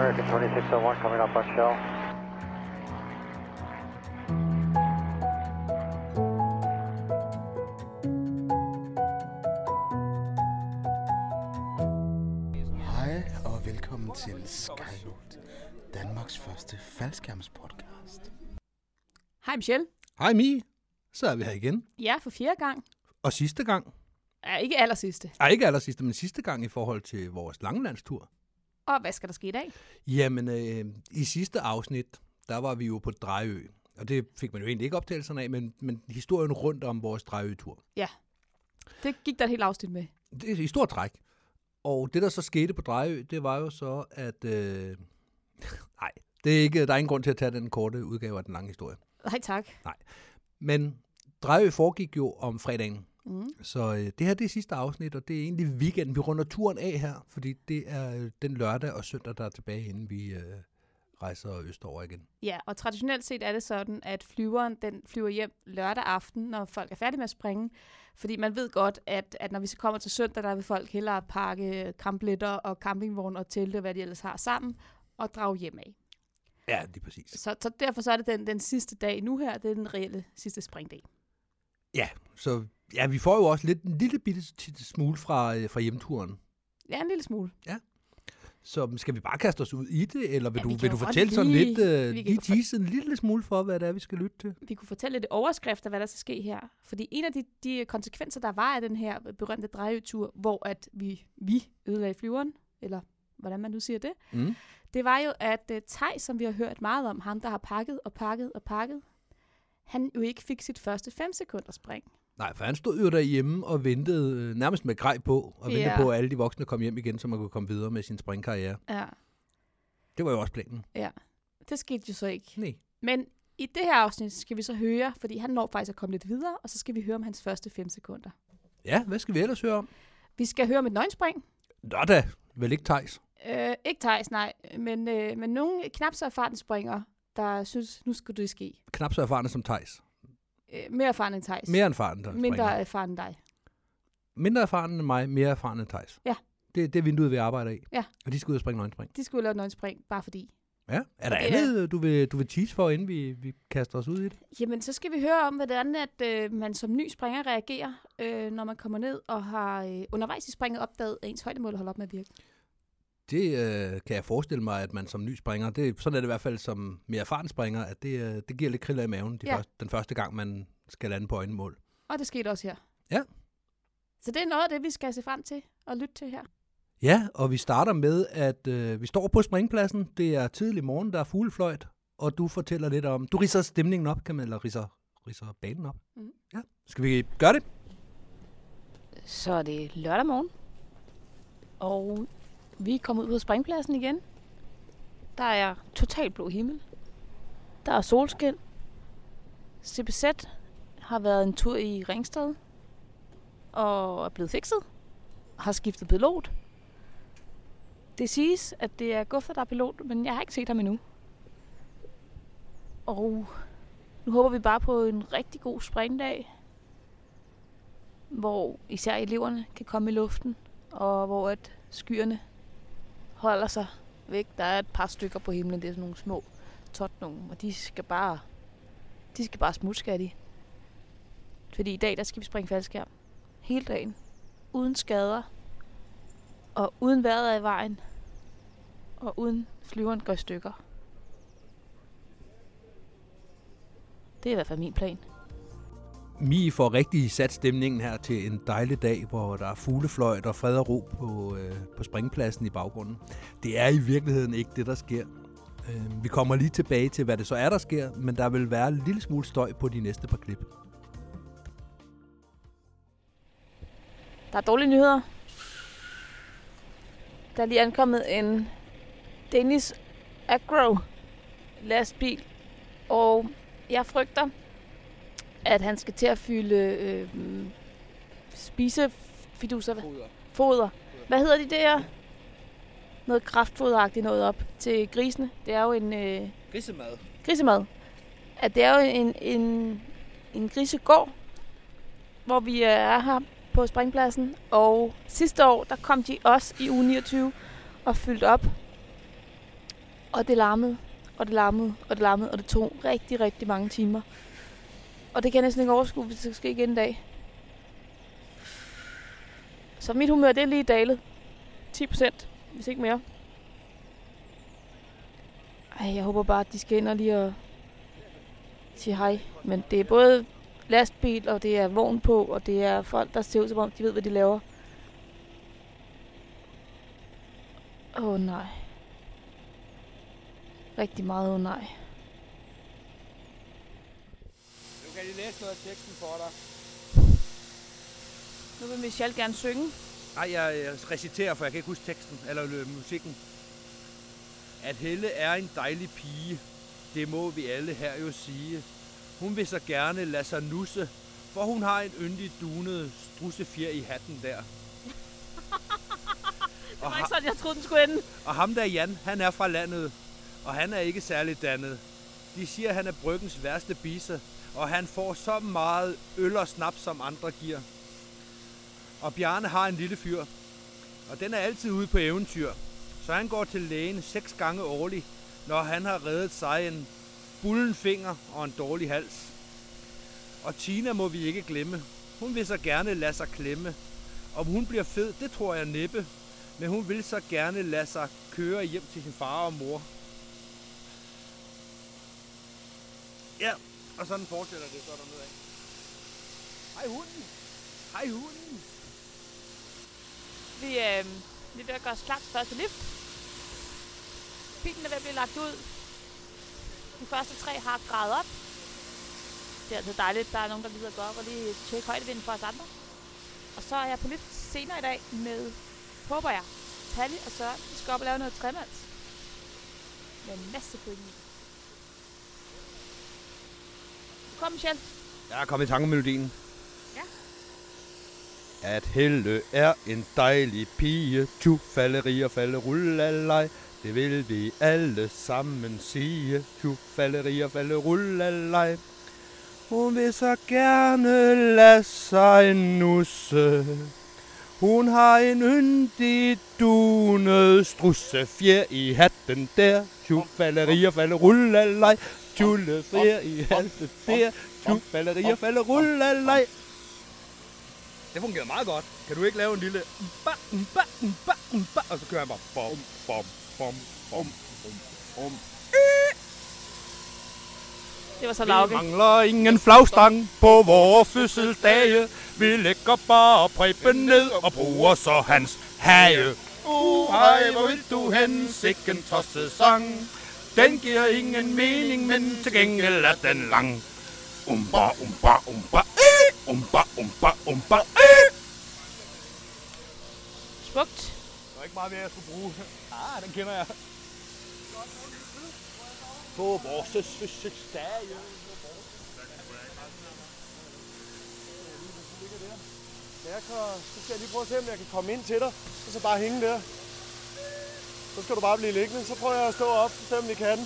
American 2601 coming up on shell. Hej og velkommen til Skyloot, Danmarks første faldskærmspodcast. Hej Michelle. Hej Mi, så er vi her igen. Ja, for 4. gang. Og sidste gang. Ja, ikke allersidste. Ej, ikke allersidste, men sidste gang i forhold til vores langelandstur. Og hvad skal der ske i dag? Jamen, i sidste afsnit, der var vi jo på Drejø. Og det fik man jo egentlig ikke optagelserne af, men historien rundt om vores Drejø-tur. Ja, det gik der et helt afsnit med. Det er i stort træk. Og det, der så skete på Drejø, det var jo så, at... nej, det er ikke, der er ingen grund til at tage den korte udgave af den lange historie. Nej, tak. Nej. Men Drejø foregik jo om fredagen. Mm. Så det her det er sidste afsnit, og det er egentlig weekenden. Vi runder turen af her, fordi det er den lørdag og søndag, der er tilbage, inden vi rejser østover igen. Ja, og traditionelt set er det sådan, at flyveren den flyver hjem lørdag aften, når folk er færdige med at springe. Fordi man ved godt, at når vi så kommer til søndag, der vil folk hellere pakke campletter og campingvogn og telte, hvad de ellers har sammen, og drage hjem af. Ja, det er præcis. Så derfor så er det den sidste dag nu her, det er den reelle sidste springdag. Ja, så ja, vi får jo også en lille bitte smule fra hjemturen. Ja, en lille smule. Ja. Så skal vi bare kaste os ud i det, eller vil du kan fortælle sådan lidt, lige tease en lille smule for, hvad det er, vi skal lytte til? Vi kunne fortælle lidt overskrifter, hvad der skal ske her. Fordi en af de konsekvenser, der var af den her berømte Drejø-tur, hvor at vi ødelagde flyveren, eller hvordan man nu siger det, det var jo, at Theis, som vi har hørt meget om, ham der har pakket, han jo ikke fik sit første 5 sekunder spring. Nej, for han stod jo derhjemme og ventede nærmest med grej på, og ventede på, at alle de voksne kom hjem igen, så man kunne komme videre med sin springkarriere. Ja. Det var jo også planen. Ja, det skete jo så ikke. Nej. Men i det her afsnit skal vi så høre, fordi han når faktisk at komme lidt videre, og så skal vi høre om hans første 5 sekunder. Ja, hvad skal vi ellers høre om? Vi skal høre om et nøgenspring. Nå da, vel ikke Theis? Ikke Theis, nej. Men nogle knap så erfarne springere, der synes, nu skulle det ske. Knap så erfarne som Theis. Mere erfaren end Theis. Mere erfaren der Mindre erfaren end dig. Mindre erfaren end mig, mere erfaren end Theis. Ja. Det er vinduet, vi arbejder i. Ja. Og de skal ud og springe nøgenspring. De skulle lave et nøgenspring, bare fordi. Ja. Er der andet, du vil tease for, inden vi kaster os ud i det? Jamen, så skal vi høre om, hvordan at, man som ny springer reagerer, når man kommer ned og har undervejs i springet opdaget, at ens højdemål holder op med at virke. Det kan jeg forestille mig, at man som ny springer, sådan er det i hvert fald som mere erfaren springer, at det giver lidt kriller i maven den første gang, man skal lande på øjenmål. Og det skete også her. Ja. Så det er noget af det, vi skal se frem til og lytte til her. Ja, og vi starter med, at vi står på springpladsen. Det er tidlig morgen, der er fuglefløjt, og du fortæller lidt om... Du ridser stemningen op, eller ridser banen op. Mm. Ja. Skal vi gøre det? Så er det lørdag morgen, og vi er kommet ud på springpladsen igen. Der er totalt blå himmel. Der er solskin. CBZ har været en tur i Ringsted og er blevet fikset. Har skiftet pilot. Det siges, at det er Guffer, der er pilot, men jeg har ikke set ham endnu. Og nu håber vi bare på en rigtig god springdag, hvor især eleverne kan komme i luften, og hvor at skyerne holder sig væk. Der er et par stykker på himlen, det er sådan nogle små tot-nogen, og de skal bare smutte, skal de. Fordi i dag, der skal vi springe faldskærm hele dagen, uden skader, og uden vejret af vejen, og uden flyveren går i stykker. Det er i hvert fald min plan. Mi får rigtig sat stemningen her til en dejlig dag, hvor der er fuglefløjt og fred og ro på springpladsen i baggrunden. Det er i virkeligheden ikke det, der sker. Vi kommer lige tilbage til, hvad det så er, der sker, men der vil være en lille smule støj på de næste par klip. Der er dårlige nyheder. Der er lige ankommet en Danish Agro lastbil, og jeg frygter, at han skal til at fylde spisefiduser. Foder. Hvad hedder de der? Noget kraftfoderagtigt noget op til grisene. Det er jo en... Grisemad. At det er jo en grisegård, hvor vi er her på springpladsen. Og sidste år, der kom de også i uge 29 og fyldte op. Og det larmede, og det larmede, og det larmede, og det tog rigtig, rigtig mange timer. Og det kan jeg næsten ikke overskue, hvis det skal ske igen en dag. Så mit humør, det er lige dalet. 10%, hvis ikke mere. Ej, jeg håber bare, at de skal ind og lige og sige hej. Men det er både lastbil, og det er vogn på, og det er folk, der ser ud som om, de ved, hvad de laver. Nej. Rigtig meget nej. Nu kan de læse noget af teksten for dig. Nu vil Michelle gerne synge. Nej, jeg reciterer, for jeg kan ikke huske teksten, eller musikken. At Helle er en dejlig pige, det må vi alle her jo sige. Hun vil så gerne lade sig nusse, for hun har en yndig dunet strussefjer i hatten der. Det var ikke sådan, jeg troede, den skulle ende. Og ham der Jan, han er fra landet, og han er ikke særlig dannet. De siger, han er Bryggens værste bisse, og han får så meget øl og snaps, som andre giver. Og Bjarne har en lille fyr, og den er altid ude på eventyr. Så han går til lægen 6 gange årligt, når han har reddet sig en bullen finger og en dårlig hals. Og Tina må vi ikke glemme. Hun vil så gerne lade sig klemme. Om hun bliver fed, det tror jeg næppe. Men hun vil så gerne lade sig køre hjem til sin far og mor. Ja, og sådan fortsætter det så dernede af. Hej hunden! Hej hunden! Vi er ved at gøre os klar til første lift. Bilen er ved at blive lagt ud. De første 3 har gradet op. Det er altid dejligt, der er nogen, der lige går op og lige tjekke højdevinden for os andre. Og så er jeg på lift senere i dag med, håber jeg, Tally og Søren. Vi skal op og lave noget tremands. Med en masse køkken. Kom, Michelle. Jeg er kommet i tanke om melodien. Ja. At Helle er en dejlig pige, tju, falleri og falde, rullalej. Det vil vi alle sammen sige, tju, falleri og falde, rullalej. Hun vil så gerne lade sig nusse. Hun har en yndig dunet strussefjer i hatten der, tju, falleri og falde, rullalej. Tjullefjer i hatten der, tju, falleri og falde, rullalej. Det fungerer meget godt. Kan du ikke lave en lille og så kører han bare bom, bom, bom, bom, bom, bom. Det var så Lauke. Vi mangler ingen flagstang på vores fødselsdage. Vi lægger bare Preben ned og bruger så hans hage. Hej, hvor vil du hen, sikken tosset sang. Den giver ingen mening, men til gengæld er den lang. Umba, umba, umba, umba, umba, umba, Smukt. Der er ikke meget mere, jeg skulle bruge. Den kender jeg. På vores fødselsdage. Så skal jeg lige prøve at se, om jeg kan komme ind til dig, og så bare hænge der. Så skal du bare blive liggende. Så prøver jeg at stå op, så se om vi kan.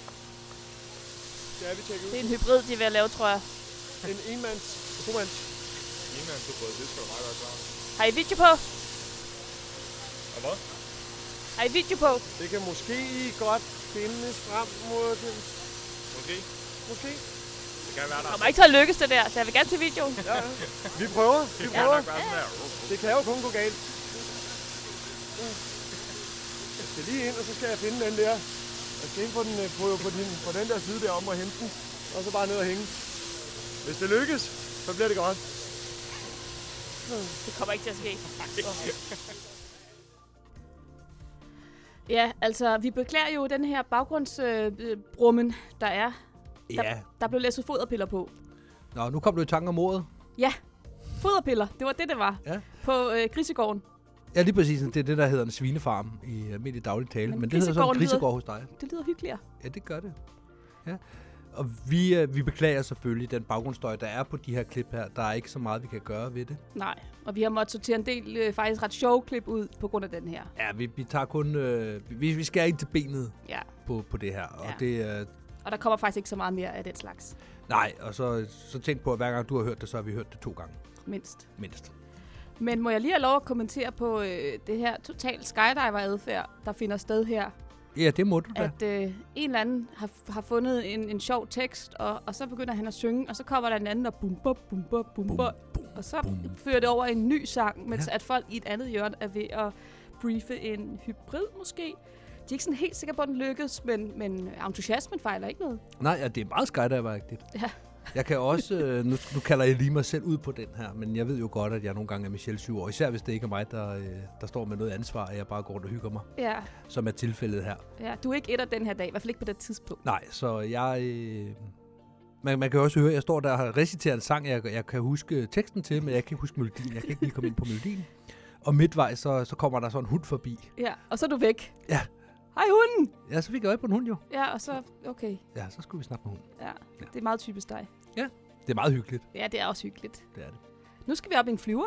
Ja, vi tjekker ud. Det er en hybrid, de er ved at lave, tror jeg. En enmands og tomands. Enmands hybrid, det skal du meget godt klare. Har I video på? Og hvad? Har I video på? Det kan måske godt findes frem mod den. Måske. Måske. Det kan være der. Det kommer ikke til at lykkes det der, så jeg vil gerne se videoen. Ja. Vi prøver. Vi Det kan prøver. nok være sådan her. Det kan jo kun gå galt. Jeg skal lige ind, og så skal jeg finde den der. Jeg skal ind på den der side der om og hente den. Og så bare ned og hænge. Hvis det lykkes, så bliver det godt. Det kommer ikke til at ske. Ja, altså, vi beklager jo den her baggrundsbrummen, der er. Der blev læsset foderpiller på. Nå, nu kom du i tanke om ordet. Ja, foderpiller. Det var det var. Ja. På grisegården. Ja, lige præcis. Det er det, der hedder en svinefarm i almindelig daglig tale. Men det hedder sådan en grisegård hos dig. Det lyder hyggeligere. Ja, det gør det. Ja. Og vi beklager selvfølgelig den baggrundsstøj, der er på de her klip her. Der er ikke så meget, vi kan gøre ved det. Nej, og vi har måttet sortere en del faktisk ret sjove klip ud på grund af den her. Ja, vi tager kun... vi skærer ind til benet på det her. Og, og der kommer faktisk ikke så meget mere af den slags. Nej, og så tænk på, at hver gang du har hørt det, så har vi hørt det 2 gange. Mindst. Men må jeg lige have lov at kommentere på det her total skydiver-adfærd, der finder sted her Ja, det må du da. At en eller anden har fundet en sjov tekst, og så begynder han at synge, og så kommer der en anden, og bumper, bumper, bumper. Og så fører det over en ny sang, mens at folk i et andet hjørne er ved at briefe en hybrid måske. De er ikke sådan helt sikre på, at den lykkes, men entusiasmen fejler ikke noget. Nej, ja, det er meget skydive-agtigt. Ja. Jeg kan også, nu kalder jeg lige mig selv ud på den her, men jeg ved jo godt, at jeg nogle gange er Michelle 7 år. Især hvis det ikke er mig, der står med noget ansvar, at jeg bare går og hygger mig. Ja. Som er tilfældet her. Ja, du er ikke et af den her dag, i hvert fald ikke på det tidspunkt. Nej, så jeg... Man kan også høre, at jeg står der og har reciteret en sang, jeg kan huske teksten til, men jeg kan ikke huske melodien. Jeg kan ikke lige komme ind på melodien. Og midtvejs, så kommer der sådan en hund forbi. Ja, og så er du væk. Ja. Hej hunden! Ja, så fik jeg øje på en hund jo. Ja, og så, okay. Ja, så skulle vi snakke med hunden. Ja, det er meget typisk dig. Ja, det er meget hyggeligt. Ja, det er også hyggeligt. Det er det. Nu skal vi op i en flyver.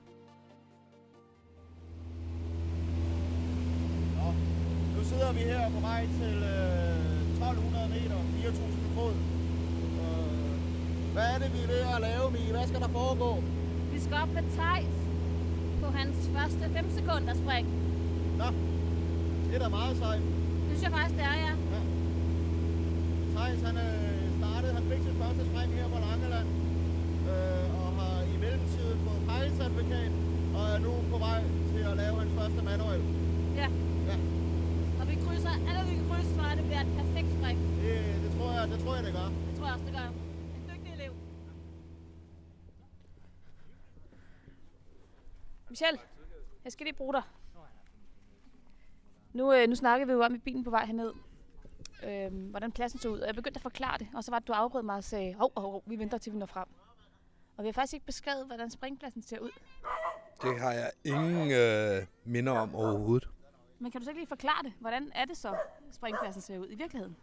Nå, nu sidder vi her på vej til 1200 meter, 4000 fod. Hvad er det, vi er ved at lave, Mie? Hvad skal der foregå? Vi skal op med Theis på hans første 5 sekunder spring. Nå, det er da meget sejt. Det synes jeg faktisk, det er, ja. Theis, han fik sit første spring her på Langeland, og har i mellemtiden fået pejlcertifikat, og er nu på vej til at lave hans første manuel. Ja. Og vi krydser alle, vi kan krydse, for at det bliver et perfekt spring. Det tror jeg, det gør. Det tror jeg også, det gør. En dygtig elev. Michelle, jeg skal lige bruge dig. Nu snakkede vi jo om i bilen på vej herned, hvordan pladsen så ud. Og jeg begyndte at forklare det, og så var det, du afbrød mig og sagde, hov, vi venter til vi når frem. Og vi har faktisk ikke beskrevet, hvordan springpladsen ser ud. Det har jeg ingen minder om overhovedet. Men kan du så ikke lige forklare det? Hvordan er det så, springpladsen ser ud i virkeligheden?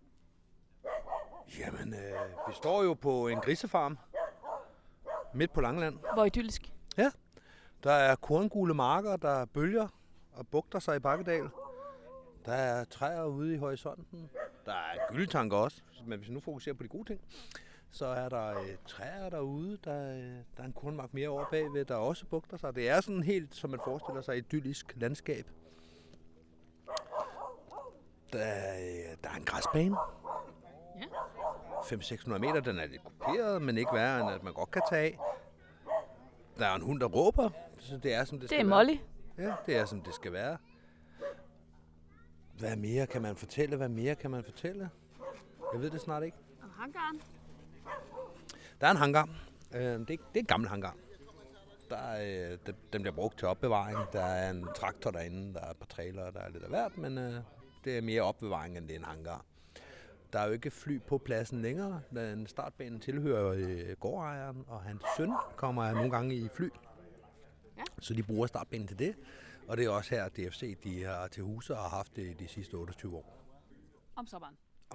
Jamen, vi står jo på en grisefarm midt på Langeland. Hvor idyllisk? Ja, der er korngule marker, der bølger og bugter sig i Bakkedal. Der er træer ude i horisonten. Der er gyldetanker også, men hvis vi nu fokuserer på de gode ting, så er der træer derude. Der er en kornmark mere over bagved, der også bugter sig. Det er sådan helt, som man forestiller sig, et idyllisk landskab. Der er en græsbane. Ja. 500-600 meter, den er lidt kuperet, men ikke værre end at man godt kan tage af. Der er en hund, der råber, så det er som det skal være. Det er Molly. Ja, det er som det skal være. Hvad mere kan man fortælle? Jeg ved det snart ikke. Og hangaren. Der er en hangar. Det er en gammel hangar. Den bliver brugt til opbevaring. Der er en traktor derinde, der er et par trailere, der er lidt af hvert, men det er mere opbevaring, end det er en hangar. Der er jo ikke fly på pladsen længere. Den startbanen tilhører gårdejeren, og hans søn kommer nogle gange i fly. Ja. Så de bruger startbanen til det. Og det er også her, DFC de har til huse og har haft det de sidste 28 år. Om sommeren.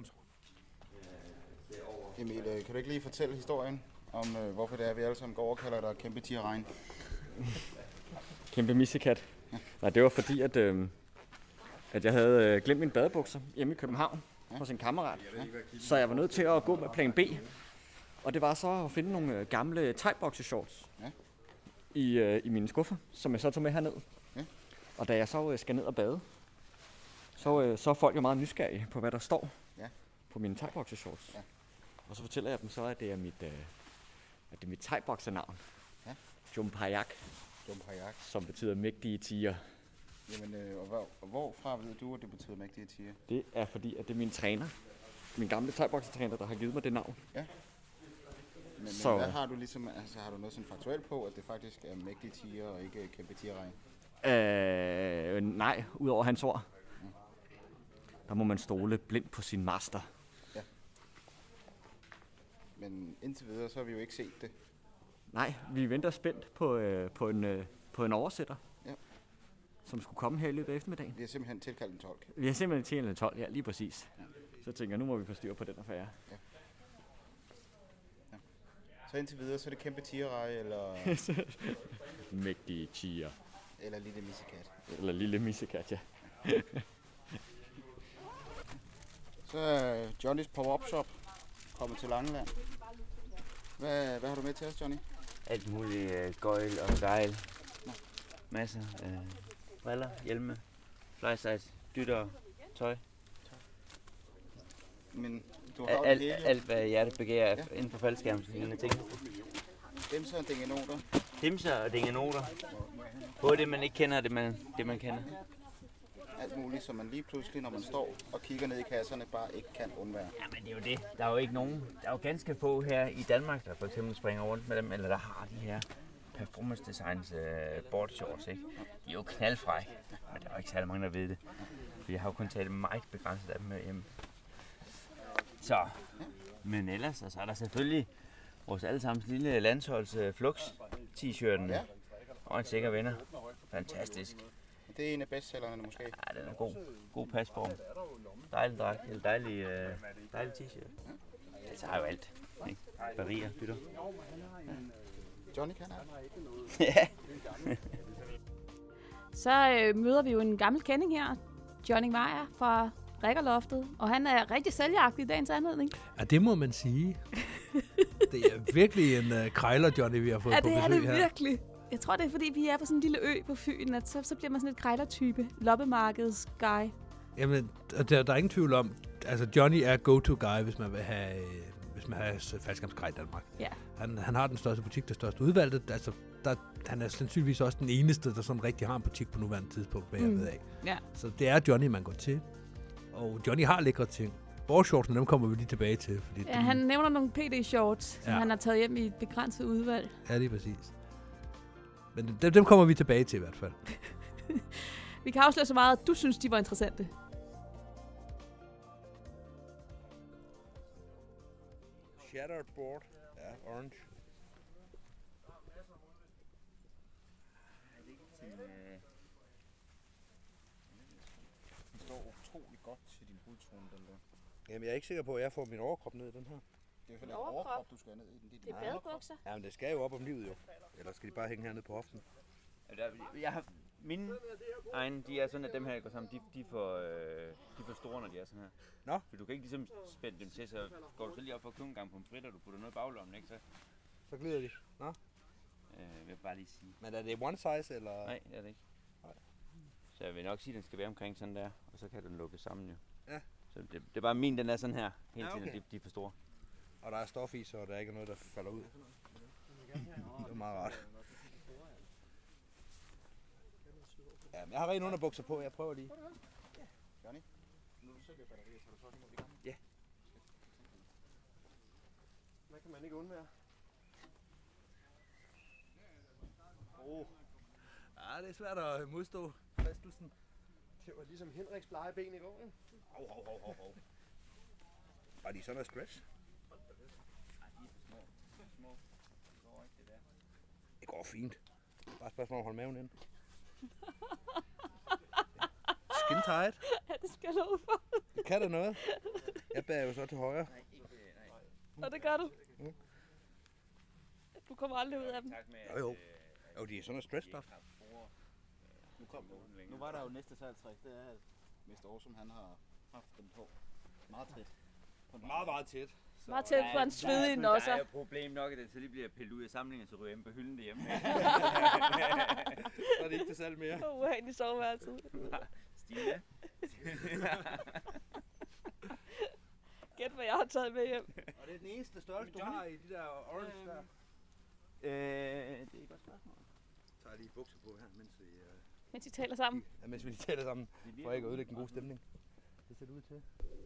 Emil, kan du ikke lige fortælle historien om, hvorfor det er, vi alle sammen går og kalder dig kæmpe tigerregn? Kæmpe missekat. Ja. Nej, det var fordi, at jeg havde glemt mine badebukser hjemme i København hos en kammerat. Ja. Så jeg var nødt til at gå med plan B. Og det var så at finde nogle gamle thai-boxershorts i mine skuffer, som jeg så tog med herned. Ja. Og da jeg så skal ned og bade, så er folk jo meget nysgerrige på, hvad der står på mine thai-boxershorts. Ja. Og så fortæller jeg dem så, at det er mit thai-boxernavn. Ja. Jumpayak. Som betyder mægtige tiger. Jamen, og hvorfra ved du, at det betyder mægtige tiger? Det er fordi, at det er min træner. Min gamle thai-boxer-træner, der har givet mig det navn. Ja. Men hvad har du ligesom, altså har du noget sådan faktuelt på, at det faktisk er mægtige tiger og ikke kæmpe tigerregn? Nej, udover hans ord. Ja. Der må man stole blindt på sin master. Ja. Men indtil videre, så har vi jo ikke set det. Nej, vi venter spændt på en oversætter, som skulle komme her i løbet af eftermiddagen. Vi har simpelthen tilkaldt en tolk. Vi har simpelthen tilkaldt en tolk, ja, lige præcis. Ja. Så tænker jeg, nu må vi få styr på den affære. Ja. Ja. Så indtil videre, så er det kæmpe tigerreje, eller... Mægtige tiger. Eller lille missekat. Eller lille missekat, ja. Så er Johnnys Pop-Up Shop kommet til Langeland. Hvad har du med til os, Johnny? Alt muligt gøjl og gejl. Masser af briller, hjelme, flysejs, dytter, tøj. Men du har det hele. Alt hvad hjertet begærer inden for faldskærmslignende ting. Dimser og dingenoter. Dimser og dingenoter. Både det, man ikke kender, og det man kender. Alt muligt, som man lige pludselig, når man står og kigger ned i kasserne, bare ikke kan undvære. Ja, men det er jo det. Der er jo ikke nogen. Der er jo ganske få her i Danmark, der for eksempel springer rundt med dem, eller der har de her performance designs board shorts, ikke? De er jo knaldfrække, men der er jo ikke særlig mange, der ved det. For jeg har jo kun taget meget begrænset af dem med hjem. Så, men ellers, altså, er der selvfølgelig vores allesammens lille landsholds flux t-shirten og en sikker vinder. Fantastisk. Det er en af bestsellerne måske. Ja, den er god. God pasform. Dejlig dragt, eller dejlig t-shirt. Det tager jo alt. Ikke? Barier, bytter. Johnny kan han. Ja. Så møder vi jo en gammel kending her. Johnny Meyer fra Rikkerloftet. Og han er rigtig sælgeragtig i dagens anledning. Ja, det må man sige. Det er virkelig en krejler, Johnny, vi har fået på besøg her. Ja, det er det virkelig. Jeg tror, det er, fordi vi er på sådan en lille ø på Fyn, at så bliver man sådan et krejlertype. Loppemarkeds-guy. Jamen, der er ingen tvivl om, altså Johnny er go-to-guy, hvis man vil have faldskærmsgrej i Danmark. Ja. Han har den største butik, det største udvalgte. Altså, han er sandsynligvis også den eneste, der sådan rigtig har en butik på nuværende tidspunkt, hvad jeg ved af. Ja. Så det er Johnny, man går til. Og Johnny har lækre ting. Boardshortsene, dem kommer vi lige tilbage til. Fordi ja, han nævner nogle PD-shorts, som han har taget hjem i et begrænset udvalg. Ja, lige præcis. Men dem kommer vi tilbage til i hvert fald. Vi kan afsløre så meget, at du synes, de var interessante. Shattered board. Ja, orange. Den står utrolig godt til din hudtone, den der. Jamen, jeg er ikke sikker på, at jeg får min overkrop ned i den her. Det er jo heller ikke overkrop, du skal have ned i den. Det er badebukser. Ja, men det skal jo op om livet jo. Eller skal de bare hænge hernede på hoften? Jeg har mine egne, de er sådan, at dem her går sammen, de er for store, når de er sådan her. Nå. For du kan ikke ligesom spænde dem til, så går du så lige op for at købe en gang på en frit, og du putter noget i baglommen, ikke? Så glider de. Nå. Jeg vil bare lige sige. Men er det one size, eller? Nej, det er det ikke. Nej. Så jeg vil nok sige, at den skal være omkring sådan der, og så kan den lukke sammen jo. Ja. Så det er bare min, den er sådan her, hele tiden, okay. de er for store. Og der er stof i, så der er ikke noget, der falder ud. Det er meget rart. Ja, men jeg har rent underbukser på, jeg prøver lige. Johnny, nu er du selv i batteriet, så du så lige må i gang. Ja. Hvad kan man ikke undvære? Ja, det er svært at modstå fristelsen. Det var ligesom Henriks blege ben i går, ikke? Hov. Var de sådan noget stretch? Det går fint. Bare et spørgsmål om at holde maven ind. Skin tight. Ja, det skal jeg love for. Det kan da noget. Jeg bærer jo så til højre. Og det gør du. Du kommer aldrig ud af dem. Jo. Jo, de er sådan noget stretch stuff. Nu var der jo næste salgstræk, det er, at Mr. Awesome, han har haft dem på meget tæt. Meget tæt. Meget tæt på hans svedige nosser. Der er jo problem nok, at den så lige bliver pillet ud af samlingen, så ryger hjemme på hylden derhjemme. Så er det ikke til salg mere. Uhan i soveværelset. Stine. Gæt, hvad jeg har taget med hjem. Og det er den eneste størrelse, du har i de der orange der. Det er et godt spørgsmål. Så tager jeg lige bukser på her, Mens I taler sammen. Ja, mens vi lige taler sammen, for ikke at ødelægge en god stemning. Det ser det ud til.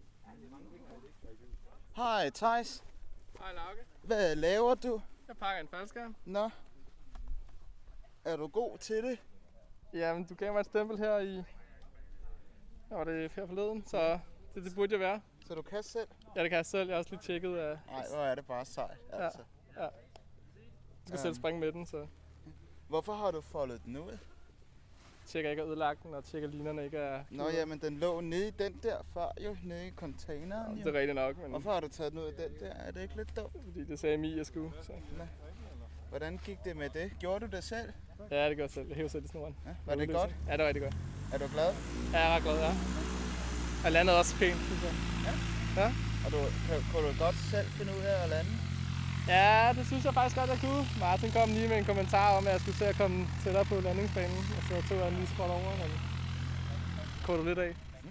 Hej, Thijs. Hej, Lauke. Hvad laver du? Jeg pakker en faldskærm. Nå. Er du god til det? Jamen, du gav mig et stempel her i... Hvad var det her forleden, så det burde jeg være. Så du kan selv? Ja, det kan jeg selv. Jeg har også lige tjekket af... Nej, hvor er det bare sejt, altså. Ja. Du skal selv springe med den, så... Hvorfor har du foldet den ud? Tjekker ikke er ødelagt den, og tjekker linerne ikke er... Nå, jamen, den lå nede i den der før, jo, nede i containeren. Ja, det er rigtigt nok, men... Hvorfor har du taget den ud af den der? Er det ikke lidt dumt? Fordi det sagde Mie, jeg skulle, så... Nå. Hvordan gik det med det? Gjorde du det selv? Ja, det gør jeg selv. Jeg hæver selv i snoren. Ja, var det godt? Ja, det var rigtig godt. Er du glad? Ja, jeg er ret glad, ja. Jeg landede også pænt, synes jeg. Ja. Og kunne du godt selv finde ud af at lande? Ja, det synes jeg faktisk godt, jeg kunne. Martin kom lige med en kommentar om, at jeg skulle til at komme tættere på landingsbanen. Og så tog jeg en lige spot over, og kunne du lidt af.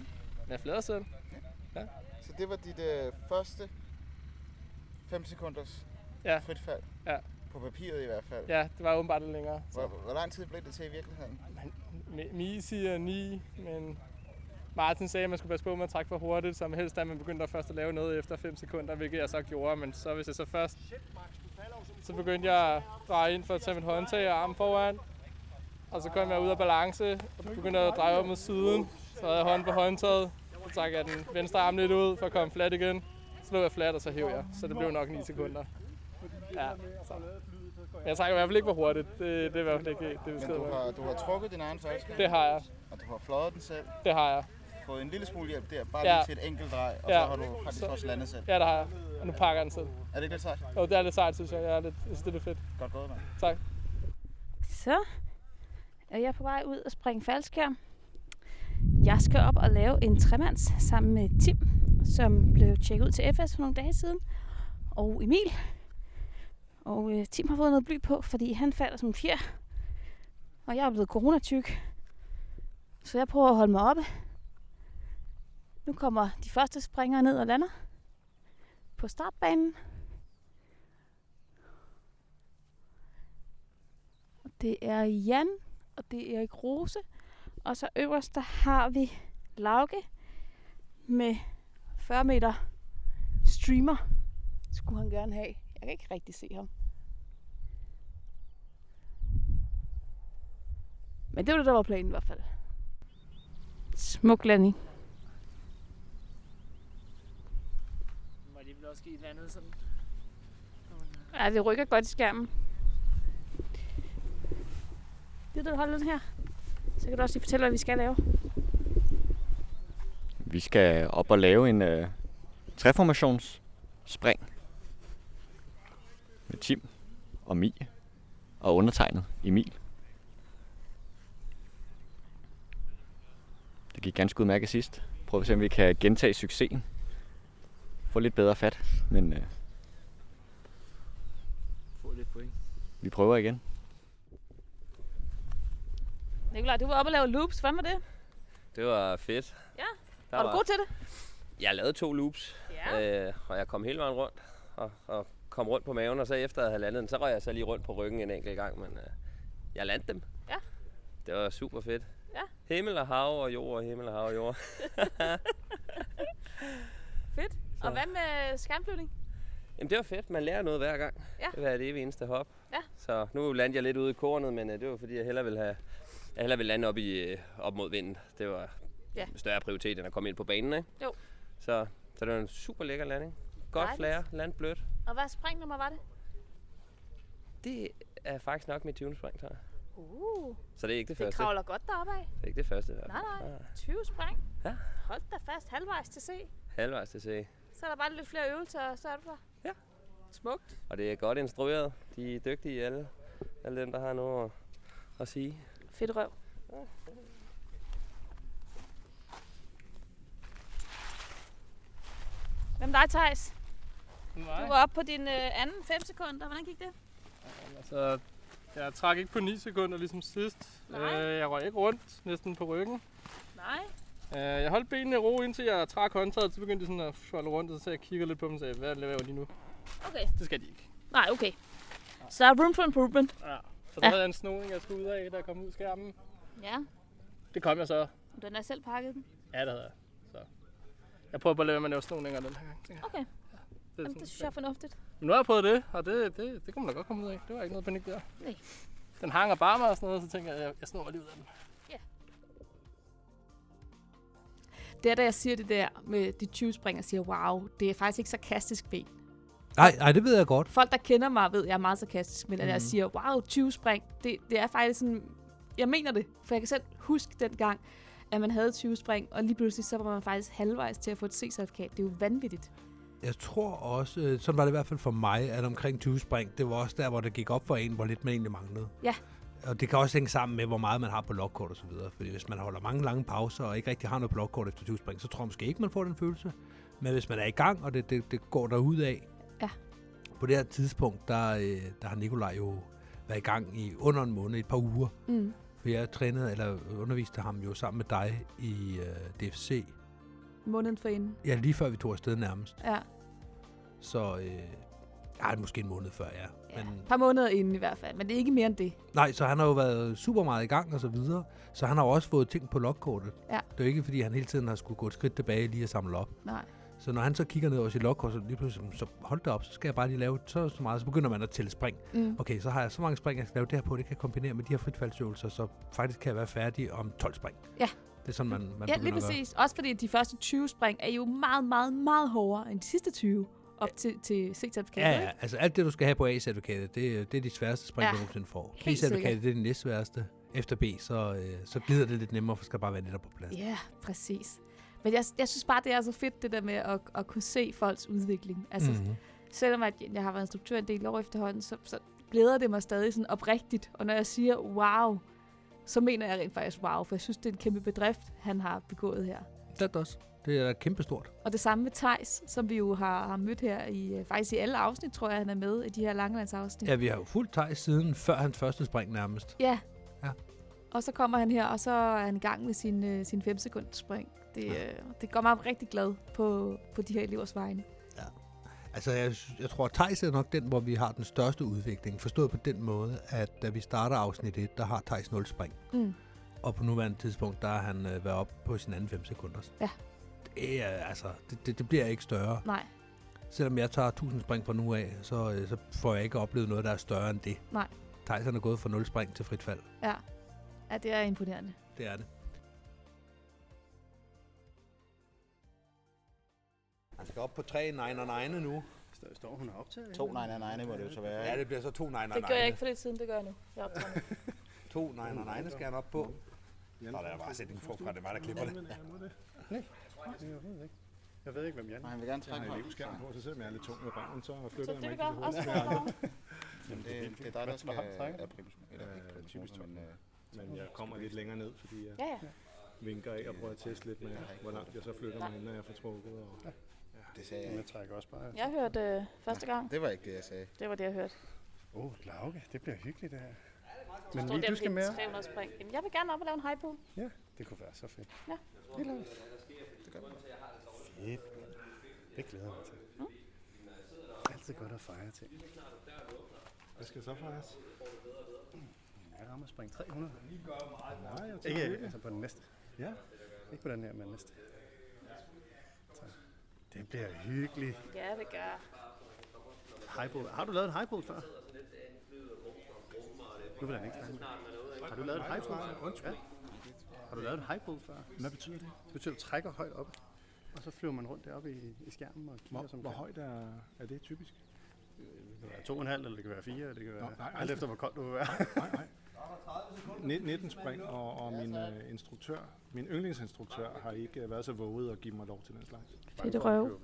Men jeg flader selv. Ja. Så det var dit første 5 sekunders frit fald? Ja. På papiret i hvert fald? Ja, det var åbenbart lidt længere. Hvor lang tid blev det til i virkeligheden? Mie siger 9, men Martin sagde, at man skulle passe på med at trække for hurtigt, så helst da man begyndte først at lave noget efter 5 sekunder, hvilket jeg så gjorde. Men så hvis jeg så først, så begyndte jeg at dreje ind for at tage mit håndtag og armen foran. Og så kom jeg ud af balance og begyndte at dreje op mod siden. Så havde jeg hånden på håndtaget. Så trak jeg den venstre arm lidt ud for at komme flat igen. Så lå jeg flat, og så hæv jeg. Så det blev nok 9 sekunder. Ja, så. Men jeg trækker i hvert fald ikke for hurtigt. Det er i hvert fald ikke det, vi skal. Men du har trukket din egen faldskærm? Det har jeg. Og du har fløjet den selv? Det har jeg. Fået en lille smule hjælp der, bare lige til et enkelt drej, og så har du faktisk også landet selv? Ja, det har jeg. Og nu pakker jeg den selv. Er det ikke lidt sejt? Jo, det er lidt sejt, synes jeg. Jeg synes, det er lidt fedt. Godt gået, mand. Tak. Så er jeg på vej ud og springe faldskærm. Jeg skal op og lave en tremands sammen med Tim, som blev tjekket ud til FS for nogle dage siden. Og Emil. Og Tim har fået noget bly på, fordi han falder som en fjer. Og jeg er blevet coronatyk. Så jeg prøver at holde mig oppe. Nu kommer de første springere ned og lander på startbanen. Og det er Jan, og det er Erik Rose. Og så øverst, der har vi Lauke med 40 meter streamer. Skulle han gerne have. Jeg kan ikke rigtig se ham. Men det var det, der var planen i hvert fald. Smuk landing. Må de vel også give et eller andet sådan? Ja, det rykker godt i skærmen. Det er du holder den her. Så kan du også lige fortælle, hvad vi skal lave. Vi skal op og lave en treformationsspring med Tim og Mie og undertegnet Emil. Det gik ganske udmærket sidst. Prøv at se, om vi kan gentage succesen. Få lidt bedre fat, men Få lidt point. Vi prøver igen. Nikolaj, du var oppe og lave loops. Hvordan var det? Det var fedt. Ja, var du god til det? Jeg lavede 2 loops, og jeg kom hele vejen rundt og kom rundt på maven, og så efter at have landet den, så røg jeg så lige rundt på ryggen en enkelt gang, men jeg landede dem. Ja. Det var super fedt. Ja. Himmel og hav og jord, himmel og hav og jord. Fedt. Og hvad med skærmflyvning? Jamen det var fedt, man lærer noget hver gang. Ja. Det var det eneste hop. Ja. Så nu landede jeg lidt ude i kornet, men det var fordi, jeg hellere ville lande op mod vinden. Det var større prioritet, end at komme ind på banen, ikke? Jo. Så det var en super lækker landing. Godt flare, land blødt. Og hvad springnummer var det? Det er faktisk nok mit 20. spring, tror jeg. Så det er ikke det første. Det kravler godt deroppe af. Det er ikke det første. Nej. 20 spring. Ja. Hold da fast. Halvvejs til C. Halvvejs til C. Så er der bare lidt flere øvelser, og så er du der. Ja. Smukt. Og det er godt instrueret. De er dygtige alle dem, der har noget at sige. Fedt røv. Hvem dig, Theis? Du var oppe på din anden 5 sekunder. Hvordan gik det? Altså, jeg trak ikke på 9 sekunder ligesom sidst. Jeg røg ikke rundt, næsten på ryggen. Nej. Jeg holdt benene i ro, indtil jeg trak håndtaget, så begyndte de sådan at folde rundt, og så jeg kigger lidt på dem og sagde, hvad laver de nu? Okay. Det skal de ikke. Nej, okay. Så der er room for improvement. Ja. Så der havde jeg en snoning, jeg skulle ud af, da jeg kom ud af skærmen. Ja. Det kom jeg så. Den er selv pakket den? Ja, det havde jeg. Så jeg prøver bare at lade være med at lave snoninger den her gang. Okay. Jamen, det synes jeg er fornuftigt. Men nu har jeg prøvet det, og det kunne man da godt komme ud af. Det var ikke noget panik der. Nej. Den hang og bare mig og sådan noget, så tænker jeg, jeg snor mig lige ud af den. Ja. Det er da jeg siger det der med de 20 spring og siger, wow, det er faktisk ikke sarkastisk ben. Nej, det ved jeg godt. Folk, der kender mig, ved, jeg er meget sarkastisk, men at jeg siger, wow, 20 spring, det er faktisk sådan, jeg mener det, for jeg kan selv huske dengang, at man havde 20 spring, og lige pludselig så var man faktisk halvvejs til at få et C-certifikat. Det er jo vanvittigt. Jeg tror også, sådan var det i hvert fald for mig, at omkring 20 spring, det var også der, hvor det gik op for en, hvor lidt man egentlig manglede. Ja. Og det kan også hænge sammen med, hvor meget man har på logkort og så videre. Fordi hvis man holder mange lange pauser, og ikke rigtig har noget på logkort efter 20 spring, så tror jeg måske ikke, man får den følelse. Men hvis man er i gang, og det går derud af. Ja. På det her tidspunkt, der har Nikolaj jo været i gang i under en måned, et par uger. For jeg trænede, eller underviste ham jo sammen med dig i DFC måneden forinden. Ja, lige før vi tog afsted nærmest. Ja. Så måske en måned før, ja. Men, Et par måneder inden i hvert fald, men det er ikke mere end det. nej, så han har jo været super meget i gang og så videre. Så han har jo også fået ting på logkortet. Ja. Det er jo ikke, fordi han hele tiden har skulle gå et skridt tilbage lige at samle op. Nej. Så når han så kigger ned over sit logkort, så lige pludselig, så hold da op, så skal jeg bare lige lave så meget. Så begynder man at tælle spring. Okay, så har jeg så mange spring, jeg skal lave det her på. Det kan jeg kombinere med de her fritfaldsøvelser, så faktisk kan jeg være færdig om 12 spring. Ja. Det er sådan, man Ja, begynder lige at gøre. præcis. Også fordi de første 20 spring er jo meget, meget, meget hårdere end de sidste 20 op til C-certifikatet. Ja, altså alt det, du skal have på A-certifikatet, det er de sværeste spring, Ja, du nogensinde får. helt B-certifikatet, det er det næstsværeste. Efter B, så glider det lidt nemmere, for skal bare være lidt på plads. Ja, præcis. Men jeg synes bare, det er så fedt, det der med at kunne se folks udvikling. Altså, selvom jeg har været instruktør en del år efterhånden, så glæder det mig stadig sådan oprigtigt. Og når jeg siger wow, så mener jeg rent faktisk wow, for jeg synes, det er en kæmpe bedrift, han har begået her. Det er også. Det er kæmpestort. Og det samme med Theis, som vi jo har mødt her i faktisk i alle afsnit, tror jeg, han er med i de her Langelandsafsnit. Ja, vi har jo fulgt Theis siden før hans første spring nærmest. Ja. Ja. Og så kommer han her, og så er han i gang med sin 5-sekunders spring. Det gør mig rigtig glad på de her elevers vegne. Ja. Altså, jeg tror, at Theis er nok den, hvor vi har den største udvikling. Forstået på den måde, at da vi starter afsnit 1, der har Theis 0 spring. Og på nuværende tidspunkt, der har han været oppe på sin anden 5 sekunder. Ja. Det er, altså, det bliver ikke større. Nej. Selvom jeg tager 1000 spring fra nu af, så får jeg ikke oplevet noget, der er større end det. Nej. Theis er gået fra 0 spring til frit fald. Ja. Ja, det er imponerende. Det er det. Han skal op på 3 9 nu. Står hun optaget? 2 9 må det jo så være. Ja, det bliver så 2 9 Det gør jeg ikke for lidt siden, det gør jeg nu. Jeg optager nu. 2 9 skal han op på. Så lader jeg bare sætte en frugt fra, det er mig, der klipper det. Nej, jeg ved ikke, hvem Jan er. Han vil gerne trække mig. Jeg har elevskærm på, så selvom jeg er lidt tung med røven, så flytter jeg mig ikke så hurtigt. Jamen, det er dig, der skal have typisk men jeg kommer lidt længere ned, fordi jeg vinker af og prøver at teste lidt med, hvor langt jeg så flytter mig, når jeg får trukket. Det sagde jeg. Jeg trækker også bare. Jeg hørte første gang. Det var ikke det, jeg sagde. Det var det, jeg hørte. Lauke, det bliver hyggeligt det her. Men lige, du skal med. 300 spring. Jamen, jeg vil gerne op og lave en high pool. Ja, det kunne være så fedt. Ja. Det gør vi. Fedt. Det glæder jeg mig til. Altid godt at fejre ting. Hvad skal så fejres? Jeg rammer spring 300. Nej, jeg ikke altså på den næste. Ja, ikke på den her, men næste. Så. Det bliver hyggeligt. Ja, det gør. Highball. Har du lavet en highball før? Nu vil den ikke tage. Har du lavet en highball før? Undskyld. Har du lavet en highball før? Hvad betyder det? Det betyder, at du trækker højt op, og så flyver man rundt deroppe i skærmen og kigger som. Hvor højt er det typisk? Det kan være 2,5, eller det kan være 4, det kan være alt efter, hvor koldt du vil være. Nej. 19 spring, og min yndlingsinstruktør har ikke været så våget at give mig lov til den slags. Fedt røv.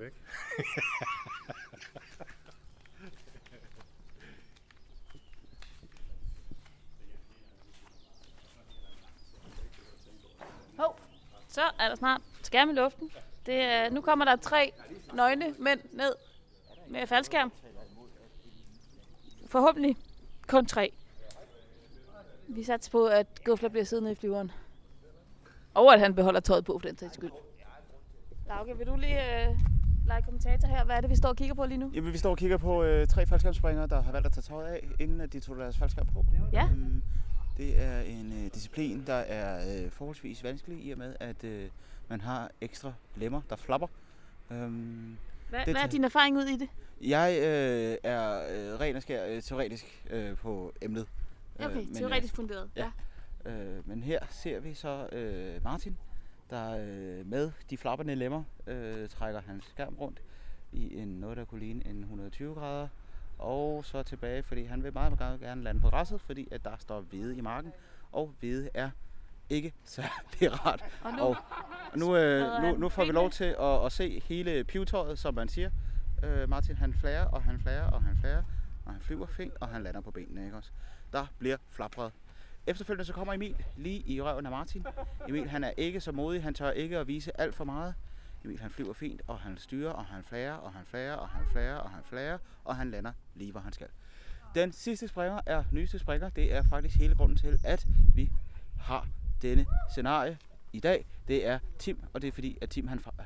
Så er der snart skærm i luften. Nu kommer der 3 nøgne mænd ned med faldskærm. Forhåbentlig kun 3. Vi satser på, at Gufler bliver siddende i flyveren. Og at han beholder tøjet på for den sags skyld. Lauke, vil du lige lege kommentator her? Hvad er det, vi står og kigger på lige nu? Jamen, vi står og kigger på 3 faldskærmsspringere, der har valgt at tage tøjet af, inden de tog deres faldskærm på. Ja. Det er en disciplin, der er forholdsvis vanskelig, i og med, at man har ekstra lemmer, der flapper. Hvad er din erfaring ud i det? Jeg er ren og skær teoretisk på emnet. Okay, teoretisk funderet. Ja. Men her ser vi så Martin, der med de flappende lemmer trækker hans skærm rundt i noget, der kunne ligne en 120 grader. Og så tilbage, fordi han vil meget gerne lande på græsset, fordi at der står hvede i marken, og hvede er ikke særlig rart. Og nu får vi lov til at se hele pivetøjet, som man siger. Martin han flager, og han flager, og han flager, og han flyver fint, og han lander på benene, ikke også? Der bliver flapret. Efterfølgende så kommer Emil lige i røven af Martin. Emil han er ikke så modig, han tør ikke at vise alt for meget. Emil han flyver fint, og han styrer, og han flager, og han flager, og han flager, og han flager, og han lander lige hvor han skal. Den sidste springer er nyeste springer. Det er faktisk hele grunden til, at vi har denne scenarie i dag. Det er Tim, og det er fordi, at Tim han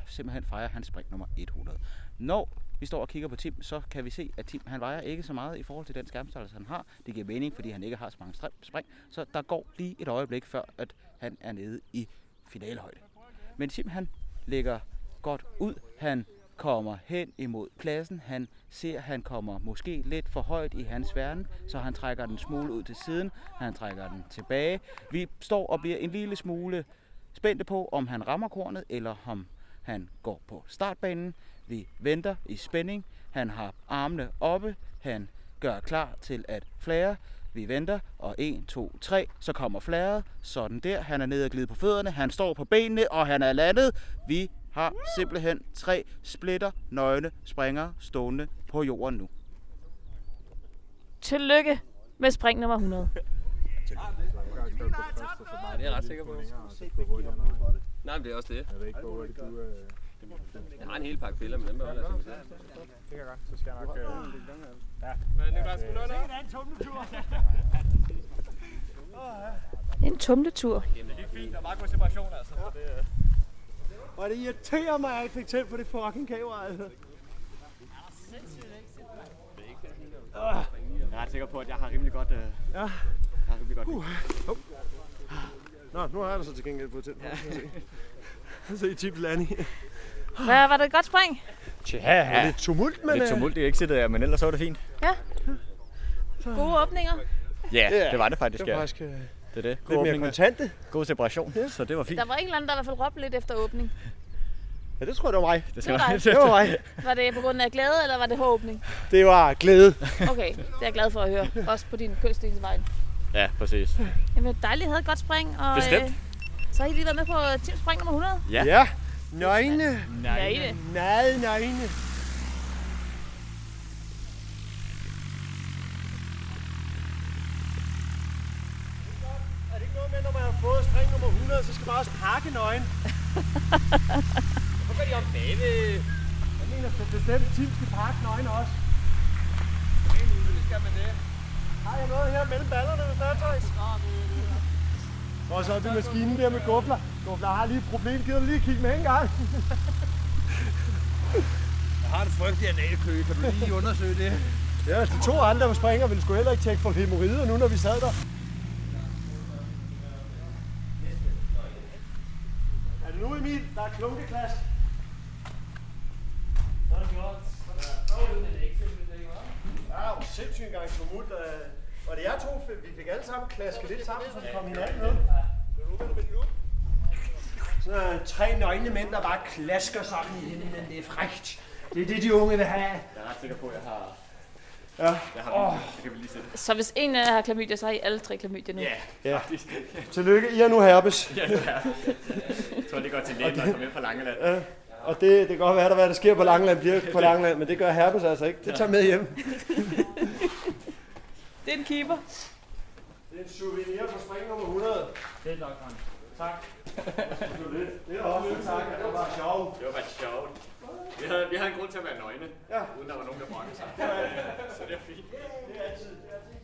simpelthen fejre hans spring nummer 100. Når vi står og kigger på Tim, så kan vi se, at Tim han vejer ikke så meget i forhold til den skærmstørrelse, han har. Det giver mening, fordi han ikke har så mange spring. Så der går lige et øjeblik, før at han er nede i finalehøjde. Men Tim han ligger godt ud. Han kommer hen imod pladsen. Han ser, han kommer måske lidt for højt i hans verden, så han trækker den smule ud til siden. Han trækker den tilbage. Vi står og bliver en lille smule spændte på, om han rammer kornet, eller om han går på startbanen. Vi venter i spænding. Han har armene oppe. Han gør klar til at flære. Vi venter, og 1, 2, 3, så kommer flæret. Sådan der. Han er nede og glide på fødderne. Han står på benene, og han er landet. Vi har simpelthen 3 splitter nøgne springere stående på jorden nu. Tillykke med spring nummer 100. Ja, det er jeg ret sikker på. Nej, men det er også det. Jeg ved ikke, hvor hurtigt du... Jeg har en hel pakke piller, men dem beholder jeg sådan. Det kan jeg godt, så skal jeg nok... Ja. Men det er bare sgu En tumletur. Det er fint, der er meget god separation, altså. Ja. Og det irriterer mig, at jeg ikke fik tændt på det fucking kamera, altså. Jeg er ret sikker på, at jeg har rimelig godt... Ja. Jeg har rimelig godt... Nå, nu har jeg da så til gengæld fået tændt på det. Se Tims landing. Var det et godt spring? Ja, lidt tumult, men... Lidt tumult i exitet, men ellers så var det fint. Ja. Gode åbninger. Ja, det var det faktisk, det var faktisk det er det. lidt mere kontante. God separation, så det var fint. Der var en eller anden, der i hvert fald råbte lidt efter åbning. Ja, det tror jeg, det var mig. Det var mig. Var det på grund af glæde, eller var det åbning? Det var glæde. Okay, det er jeg glad for at høre. Også på din kønsdelsvej. Ja, præcis. Jamen, dejligt, at have et godt spring. Og, bestemt. Så har I lige været med på Tims spring nummer 100? Ja. Nøgne. Nøgne. Meget nøgne. Er det ikke noget med, når man har fået spring nummer 100, så skal man også pakke nøgen? Hvorfor gør de om bagved? Jeg mener, at bestemt Tim skal pakke nøgen også. Selvfølgelig skal man det. Har jeg noget her mellem ballerne med Fairtoys? Og så er det maskinen der med Gufler. Gufler har lige et problem. Gider du lige kigge med en gang? Jeg har en frygtelig analkø. Kan du lige undersøge det? Ja, de 2 andre springer ville sgu heller ikke tjekke for hæmorrider nu, når vi sad der. Er det nu, Emil? Der er klunkeklasse. Så er det godt. Ja, jo sindssygt en gang tumult. Og det jeg to, vi fik alle sammen klasket lidt sammen, så vi kom hinanden med. Sådan 3 nøgne mænd, der bare klasker sammen i hinanden. Det er frækt. Det er det, de unge vil have. Jeg er ret sikker på, at jeg har... Ja. Jeg har det kan vi lige sætte. Så hvis en af jer har klamydia, så har I alle 3 klamydia nu? Ja. Tillykke, I har nu herpes. Ja, det er. Jeg tror, det går til lægen, når jeg kommer hjem fra Langeland. Ja. Og det kan godt være, hvad der sker på Langeland, bliver på Langeland, men det gør herpes altså ikke. Det tager med hjem. Det er en keeper. Det er en souvenir fra spring nummer 100. Det er nok, man. Tak. Det er også tak. Det var bare sjovt. Det var bare sjovt. Vi havde en grund til at være nøgne, uden der var nogen, der brokkede sig. Så det er fint. Det er altid.